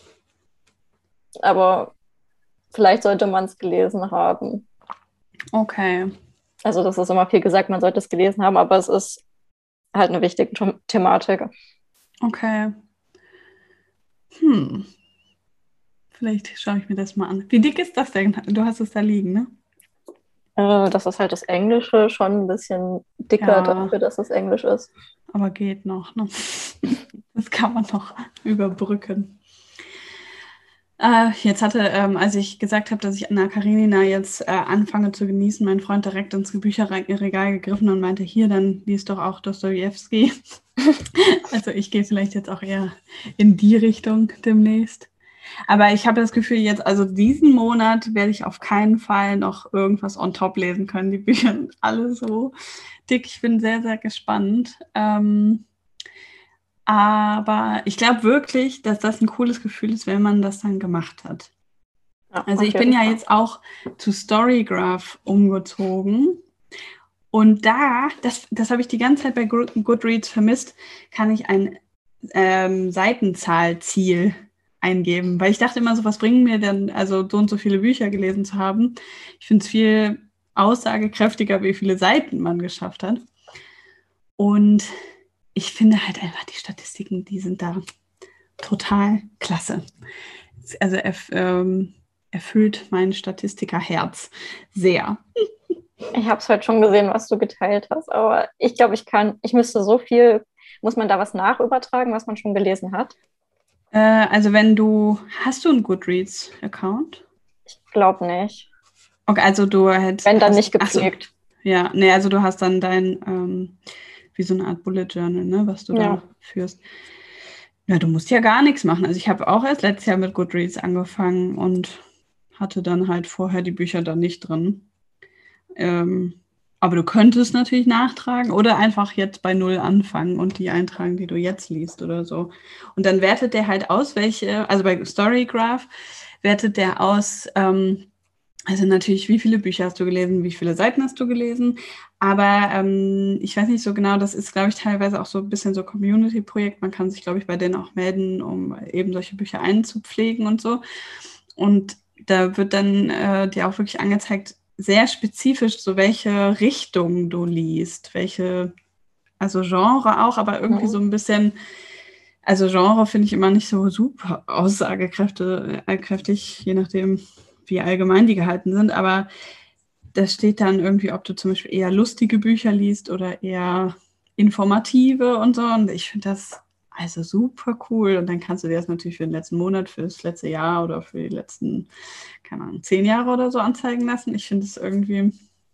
Aber vielleicht sollte man es gelesen haben. Okay, Also das ist immer viel gesagt, man sollte es gelesen haben, aber es ist halt eine wichtige Thematik. okay. Vielleicht schaue ich mir das mal an. Wie dick ist das denn? Du hast es da liegen, ne? Das ist halt das Englische schon ein bisschen dicker Ja, dafür, dass es Englisch ist. aber geht noch, ne? Das kann man noch überbrücken. Jetzt hatte, als ich gesagt habe, dass ich Anna Karenina jetzt anfange zu genießen, mein Freund direkt ins Bücherregal gegriffen und meinte, hier, dann liest doch auch Dostojewski. Also ich gehe vielleicht jetzt auch eher in die Richtung demnächst. Aber ich habe das Gefühl, jetzt, also diesen Monat werde ich auf keinen Fall noch irgendwas on top lesen können. Die Bücher sind alle so dick. Ich bin sehr, sehr gespannt. Aber ich glaube wirklich, dass das ein cooles Gefühl ist, wenn man das dann gemacht hat. Ja, Also auf ich bin jeden ja Fall. jetzt auch zu Storygraph umgezogen. Und da, das habe ich die ganze Zeit bei Goodreads vermisst, kann ich ein Seitenzahlziel eingeben. Weil ich dachte immer so, was bringen mir denn, also so und so viele Bücher gelesen zu haben. Ich finde es viel aussagekräftiger, wie viele Seiten man geschafft hat. Und ich finde halt einfach die Statistiken, die sind da total klasse. Also erfüllt mein Statistikerherz sehr. Ich habe es heute schon gesehen, was du geteilt hast, aber ich glaube, ich müsste so viel, muss man da was nachübertragen, was man schon gelesen hat? Also hast du einen Goodreads-Account? Ich glaube nicht. Okay, also du Wenn dann nicht achso, gepflegt. ja, nee, also du hast dann wie so eine Art Bullet Journal, ne, was du da Ja. führst. Ja, du musst ja gar nichts machen. Also ich habe auch erst letztes Jahr mit Goodreads angefangen und hatte dann halt vorher die Bücher da nicht drin. Aber du könntest natürlich nachtragen oder einfach jetzt bei Null anfangen und die eintragen, die du jetzt liest oder so. Und dann wertet der halt aus, also bei Storygraph wertet der aus, also natürlich, wie viele Bücher hast du gelesen, wie viele Seiten hast du gelesen. Aber ich weiß nicht so genau, das ist, glaube ich, teilweise auch so ein bisschen so Community-Projekt. Man kann sich, glaube ich, bei denen auch melden, um eben solche Bücher einzupflegen und so. Und da wird dann dir auch wirklich angezeigt, sehr spezifisch, so welche Richtung du liest, also Genre auch, aber irgendwie so ein bisschen, also Genre finde ich immer nicht so super aussagekräftig, je nachdem, wie allgemein die gehalten sind, aber da steht dann irgendwie, ob du zum Beispiel eher lustige Bücher liest oder eher informative und so. Und ich finde das also super cool. Und dann kannst du dir das natürlich für den letzten Monat, für das letzte Jahr oder für die letzten, keine Ahnung, 10 Jahre oder so anzeigen lassen. Ich finde es irgendwie,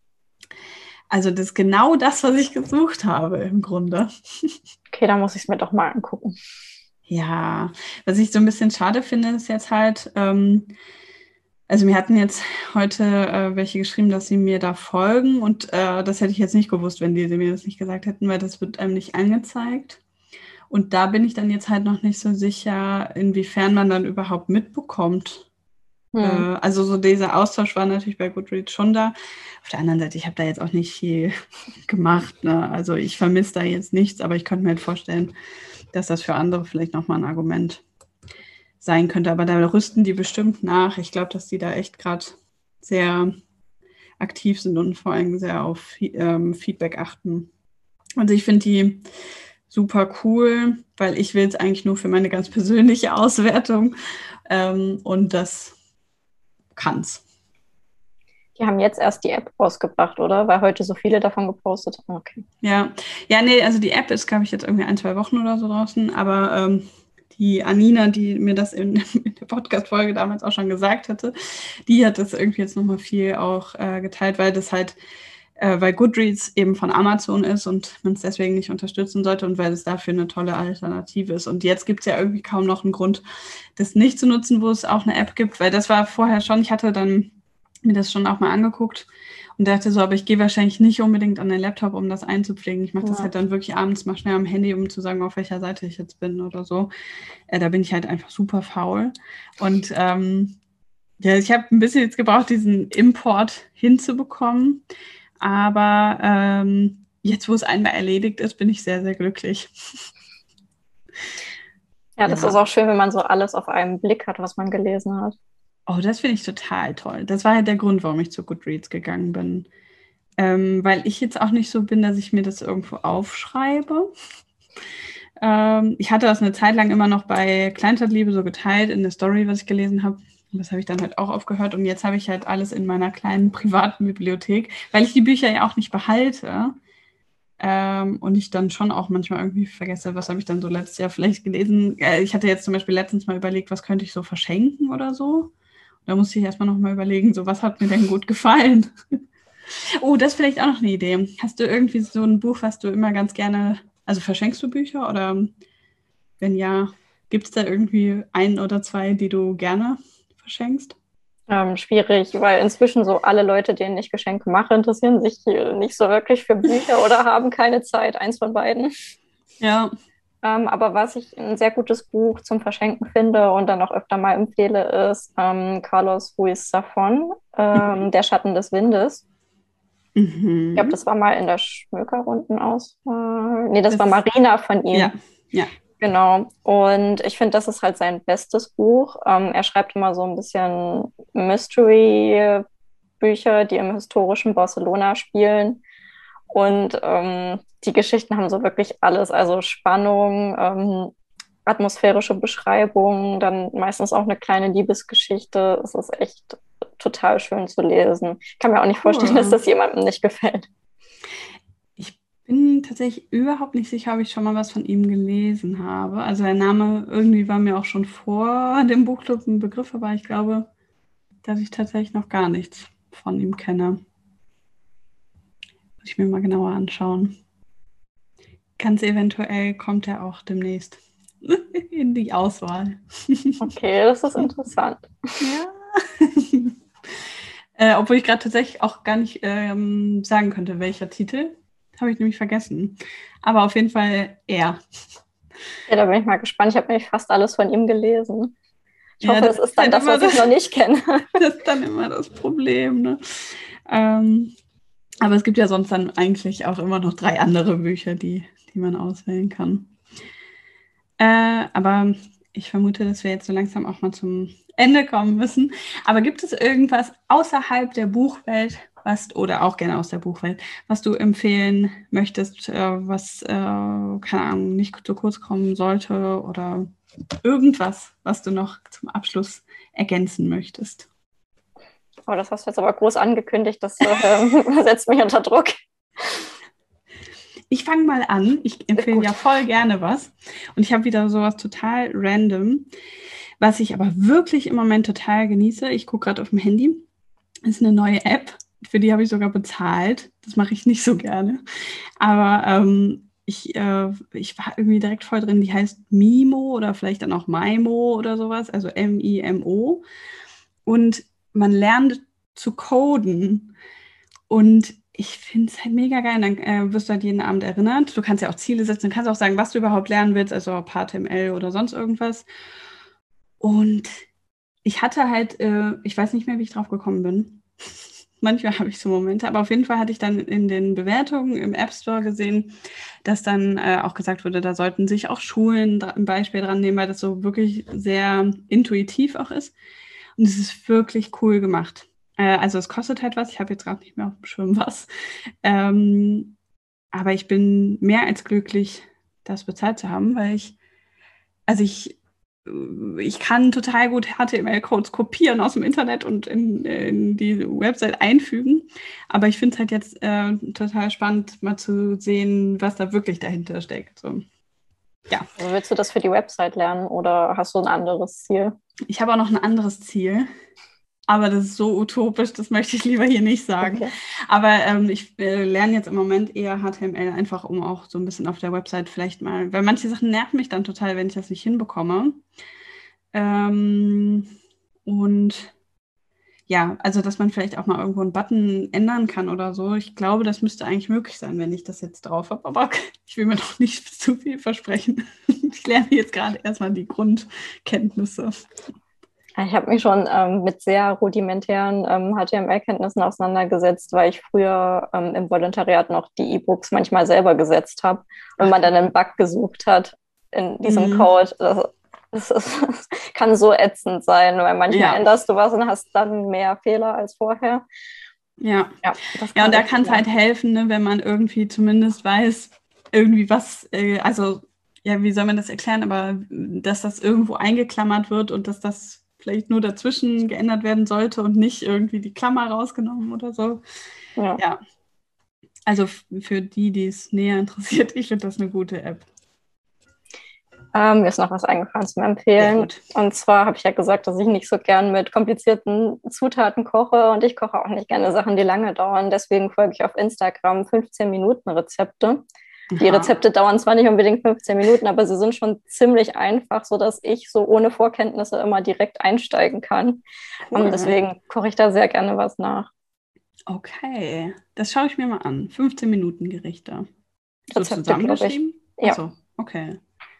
also das ist genau das, was ich gesucht habe im Grunde. Okay, dann muss ich es mir doch mal angucken. Ja, was ich so ein bisschen schade finde, ist jetzt halt, also mir hatten jetzt heute welche geschrieben, dass sie mir da folgen und das hätte ich jetzt nicht gewusst, wenn die mir das nicht gesagt hätten, weil das wird einem nicht angezeigt. Und da bin ich dann jetzt halt noch nicht so sicher, inwiefern man dann überhaupt mitbekommt. Also so dieser Austausch war natürlich bei Goodreads schon da. Auf der anderen Seite, ich habe da jetzt auch nicht viel gemacht. Ne? Also ich vermisse da jetzt nichts, aber ich könnte mir halt vorstellen, dass das für andere vielleicht nochmal ein Argument sein könnte. Aber da rüsten die bestimmt nach. Ich glaube, dass die da echt gerade sehr aktiv sind und vor allem sehr auf Feedback achten. Also ich finde die super cool, weil ich will es eigentlich nur für meine ganz persönliche Auswertung und das kann's. Die haben jetzt erst die App rausgebracht, oder? Weil heute so viele davon gepostet haben. Okay. Ja, nee, also die App ist, glaube ich, jetzt irgendwie 1, 2 Wochen oder so draußen, aber die Anina, die mir das in der Podcast-Folge damals auch schon gesagt hatte, die hat das irgendwie jetzt nochmal viel auch geteilt, weil das halt, weil Goodreads eben von Amazon ist und man es deswegen nicht unterstützen sollte und weil es dafür eine tolle Alternative ist. Und jetzt gibt es ja irgendwie kaum noch einen Grund, das nicht zu nutzen, wo es auch eine App gibt, weil das war vorher schon, ich hatte dann mir das schon auch mal angeguckt und dachte so, aber ich gehe wahrscheinlich nicht unbedingt an den Laptop, um das einzupflegen. Ich mache das halt dann wirklich abends mal schnell am Handy, um zu sagen, auf welcher Seite ich jetzt bin oder so. Da bin ich halt einfach super faul. Und ja, ich habe ein bisschen jetzt gebraucht, diesen Import hinzubekommen. Aber jetzt, wo es einmal erledigt ist, bin ich sehr, sehr glücklich. Ja, das ist auch schön, wenn man so alles auf einen Blick hat, was man gelesen hat. Oh, das finde ich total toll. Das war halt der Grund, warum ich zu Goodreads gegangen bin. Weil ich jetzt auch nicht so bin, dass ich mir das irgendwo aufschreibe. Ich hatte das eine Zeit lang immer noch bei Kleinstadtliebe so geteilt in der Story, was ich gelesen habe. Das habe ich dann halt auch aufgehört. Und jetzt habe ich halt alles in meiner kleinen privaten Bibliothek, weil ich die Bücher ja auch nicht behalte. Und ich dann schon auch manchmal irgendwie vergesse, was habe ich dann so letztes Jahr vielleicht gelesen. Ich hatte jetzt zum Beispiel letztens mal überlegt, was könnte ich so verschenken oder so. Da musste ich erstmal noch mal überlegen, so was hat mir denn gut gefallen. Oh, das ist vielleicht auch noch eine Idee. Hast du irgendwie so ein Buch, was du immer ganz gerne, also verschenkst du Bücher oder wenn ja, gibt es da irgendwie ein oder zwei, die du gerne verschenkst? Schwierig, weil inzwischen so alle Leute, denen ich Geschenke mache, interessieren sich nicht so wirklich für Bücher oder haben keine Zeit, eins von beiden. Ja. Aber was ich ein sehr gutes Buch zum Verschenken finde und dann auch öfter mal empfehle, ist Carlos Ruiz Zafón, Der Schatten des Windes. Ich glaube, das war mal in der Schmökerrundenauswahl. Nee, das war Marina von ihm. Ja, ja. Genau. Und ich finde, das ist halt sein bestes Buch. Er schreibt immer so ein bisschen Mystery-Bücher, die im historischen Barcelona spielen. Und die Geschichten haben so wirklich alles, also Spannung, atmosphärische Beschreibung, dann meistens auch eine kleine Liebesgeschichte. Es ist echt total schön zu lesen. Ich kann mir auch nicht vorstellen, dass das jemandem nicht gefällt. Ich bin tatsächlich überhaupt nicht sicher, ob ich schon mal was von ihm gelesen habe. Also der Name irgendwie war mir auch schon vor dem Buchclub ein Begriff, aber ich glaube, dass ich tatsächlich noch gar nichts von ihm kenne. Muss ich mir mal genauer anschauen. Ganz eventuell kommt er auch demnächst in die Auswahl. Okay, das ist interessant. Ja. Obwohl ich gerade tatsächlich auch gar nicht sagen könnte, welcher Titel. Habe ich nämlich vergessen. Aber auf jeden Fall er. Ja, da bin ich mal gespannt. Ich habe nämlich fast alles von ihm gelesen. Ich hoffe, das ist dann halt das, was ich noch nicht kenne. Das ist dann immer das Problem, ne? Aber es gibt ja sonst dann eigentlich auch immer noch 3 andere Bücher, die man auswählen kann. Aber ich vermute, dass wir jetzt so langsam auch mal zum Ende kommen müssen. Aber gibt es irgendwas außerhalb der Buchwelt, oder auch gerne aus der Buchwelt, was du empfehlen möchtest, was, keine Ahnung, nicht zu kurz kommen sollte oder irgendwas, was du noch zum Abschluss ergänzen möchtest? Oh, das hast du jetzt aber groß angekündigt, das setzt mich unter Druck. Ich fange mal an. Ich empfehle ja voll gerne was. Und ich habe wieder sowas total random, was ich aber wirklich im Moment total genieße. Ich gucke gerade auf dem Handy. Das ist eine neue App. Für die habe ich sogar bezahlt. Das mache ich nicht so gerne. Aber ich war irgendwie direkt voll drin. Die heißt Mimo oder vielleicht dann auch Maimo oder sowas. Also M-I-M-O. Und man lernt zu coden. Und ich finde es halt mega geil. Dann wirst du halt jeden Abend erinnert. Du kannst ja auch Ziele setzen. Du kannst auch sagen, was du überhaupt lernen willst. Also HTML oder sonst irgendwas. Und ich hatte halt, ich weiß nicht mehr, wie ich drauf gekommen bin. Manchmal habe ich so Momente, aber auf jeden Fall hatte ich dann in den Bewertungen im App Store gesehen, dass dann auch gesagt wurde, da sollten sich auch Schulen ein Beispiel dran nehmen, weil das so wirklich sehr intuitiv auch ist. Und es ist wirklich cool gemacht. Also es kostet halt was, ich habe jetzt gerade nicht mehr auf dem Schirm was. Aber ich bin mehr als glücklich, das bezahlt zu haben, weil ich kann total gut HTML-Codes kopieren aus dem Internet und in die Website einfügen. Aber ich finde es halt jetzt total spannend, mal zu sehen, was da wirklich dahinter steckt. So. Ja. Also willst du das für die Website lernen oder hast du ein anderes Ziel? Ich habe auch noch ein anderes Ziel. Aber das ist so utopisch, das möchte ich lieber hier nicht sagen. Okay. Aber ich lerne jetzt im Moment eher HTML, einfach um auch so ein bisschen auf der Website vielleicht mal, weil manche Sachen nerven mich dann total, wenn ich das nicht hinbekomme. Und ja, also dass man vielleicht auch mal irgendwo einen Button ändern kann oder so. Ich glaube, das müsste eigentlich möglich sein, wenn ich das jetzt drauf habe. Aber ich will mir doch nicht zu viel versprechen. Ich lerne jetzt gerade erstmal die Grundkenntnisse. Ich habe mich schon mit sehr rudimentären HTML-Kenntnissen auseinandergesetzt, weil ich früher im Volontariat noch die E-Books manchmal selber gesetzt habe und man dann einen Bug gesucht hat in diesem Code. Das kann so ätzend sein, weil manchmal änderst du was und hast dann mehr Fehler als vorher. Ja, und da kann es halt helfen, ne, wenn man irgendwie zumindest weiß, irgendwie was, also, ja, wie soll man das erklären, aber dass das irgendwo eingeklammert wird und dass das vielleicht nur dazwischen geändert werden sollte und nicht irgendwie die Klammer rausgenommen oder so. Ja. Also für die es näher interessiert, ich finde das eine gute App. Mir ist noch was eingefallen zum Empfehlen. Und zwar habe ich ja gesagt, dass ich nicht so gern mit komplizierten Zutaten koche und ich koche auch nicht gerne Sachen, die lange dauern. Deswegen folge ich auf Instagram 15-Minuten-Rezepte. Die Rezepte dauern zwar nicht unbedingt 15 Minuten, aber sie sind schon ziemlich einfach, sodass ich so ohne Vorkenntnisse immer direkt einsteigen kann. Und deswegen koche ich da sehr gerne was nach. Okay, das schaue ich mir mal an. 15-Minuten-Gerichte. So Rezepte, zusammengeschrieben? Ja. Achso, okay.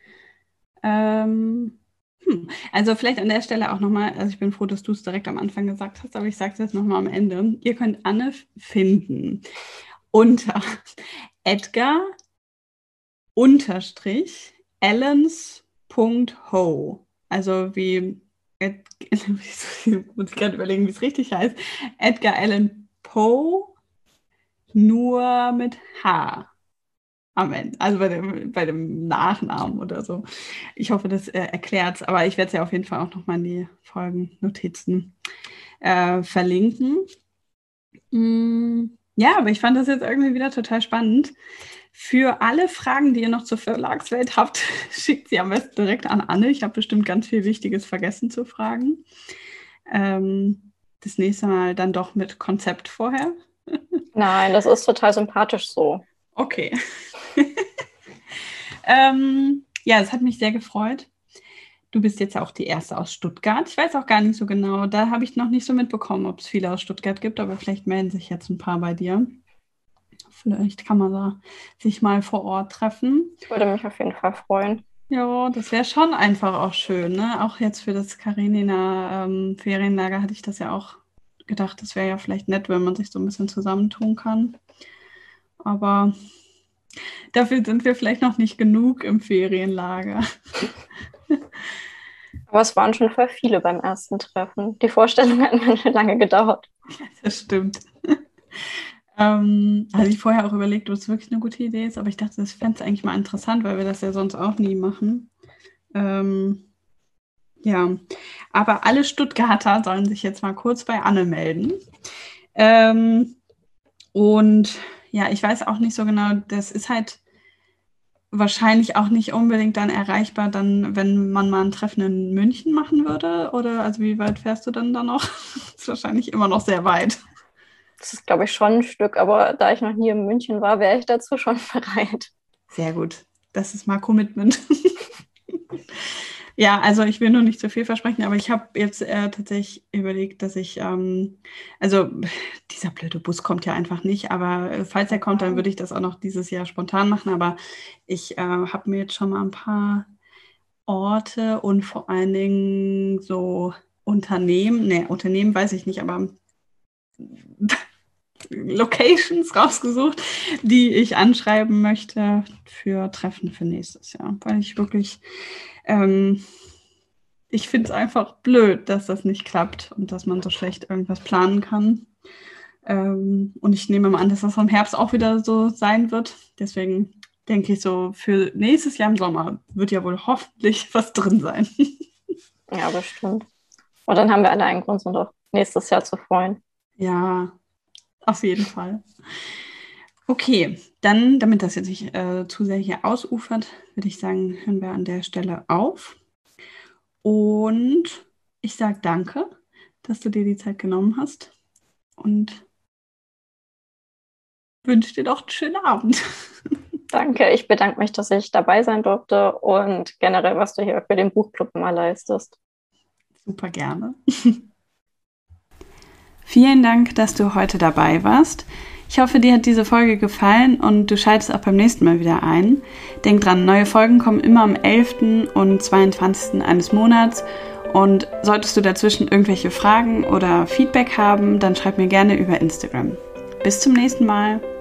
Also vielleicht an der Stelle auch nochmal, also ich bin froh, dass du es direkt am Anfang gesagt hast, aber ich sage es jetzt nochmal am Ende. Ihr könnt Anne finden unter Edgar_Allens.ho. Also wie, muss ich gerade überlegen, wie es richtig heißt. Edgar Allan Poe, nur mit H am Ende, also bei dem Nachnamen oder so. Ich hoffe, das erklärt es, aber ich werde es ja auf jeden Fall auch nochmal in die Folgennotizen verlinken. Ja, aber ich fand das jetzt irgendwie wieder total spannend. Für alle Fragen, die ihr noch zur Verlagswelt habt, schickt sie am besten direkt an Anne. Ich habe bestimmt ganz viel Wichtiges vergessen zu fragen. Das nächste Mal dann doch mit Konzept vorher. Nein, das ist total sympathisch so. Okay. Ja, es hat mich sehr gefreut. Du bist jetzt ja auch die Erste aus Stuttgart. Ich weiß auch gar nicht so genau. Da habe ich noch nicht so mitbekommen, ob es viele aus Stuttgart gibt, aber vielleicht melden sich jetzt ein paar bei dir. Vielleicht kann man da sich mal vor Ort treffen. Ich würde mich auf jeden Fall freuen. Ja, das wäre schon einfach auch schön, ne? Auch jetzt für das Karenina Ferienlager hatte ich das ja auch gedacht, das wäre ja vielleicht nett, wenn man sich so ein bisschen zusammentun kann. Aber dafür sind wir vielleicht noch nicht genug im Ferienlager. Aber es waren schon voll viele beim ersten Treffen. Die Vorstellung hat mir schon lange gedauert. Das stimmt. Hatte ich vorher auch überlegt, ob es wirklich eine gute Idee ist, aber ich dachte, das fände es eigentlich mal interessant, weil wir das ja sonst auch nie machen. Ja, aber alle Stuttgarter sollen sich jetzt mal kurz bei Anne melden. Und ja, ich weiß auch nicht so genau, das ist halt wahrscheinlich auch nicht unbedingt dann erreichbar, dann, wenn man mal ein Treffen in München machen würde. Oder also wie weit fährst du dann da noch? Das ist wahrscheinlich immer noch sehr weit. Das ist, glaube ich, schon ein Stück, aber da ich noch nie in München war, wäre ich dazu schon bereit. Sehr gut. Das ist mal Commitment. Ja, also ich will nur nicht zu viel versprechen, aber ich habe jetzt tatsächlich überlegt, dass ich, also dieser blöde Bus kommt ja einfach nicht, aber falls er kommt, dann würde ich das auch noch dieses Jahr spontan machen, aber ich habe mir jetzt schon mal ein paar Orte und vor allen Dingen so Unternehmen weiß ich nicht, aber Locations rausgesucht, die ich anschreiben möchte für Treffen für nächstes Jahr, weil ich wirklich ich finde es einfach blöd, dass das nicht klappt und dass man so schlecht irgendwas planen kann. Und ich nehme mal an, dass das im Herbst auch wieder so sein wird. Deswegen denke ich so, für nächstes Jahr im Sommer wird ja wohl hoffentlich was drin sein. Ja, bestimmt. Und dann haben wir alle einen Grund, uns auch nächstes Jahr zu freuen. Ja, auf jeden Fall. Okay, dann, damit das jetzt nicht zu sehr hier ausufert, würde ich sagen, hören wir an der Stelle auf. Und ich sage danke, dass du dir die Zeit genommen hast und wünsche dir doch einen schönen Abend. Danke, ich bedanke mich, dass ich dabei sein durfte und generell, was du hier für den Buchclub immer leistest. Super gerne. Vielen Dank, dass du heute dabei warst. Ich hoffe, dir hat diese Folge gefallen und du schaltest auch beim nächsten Mal wieder ein. Denk dran, neue Folgen kommen immer am 11. und 22. eines Monats. Und solltest du dazwischen irgendwelche Fragen oder Feedback haben, dann schreib mir gerne über Instagram. Bis zum nächsten Mal.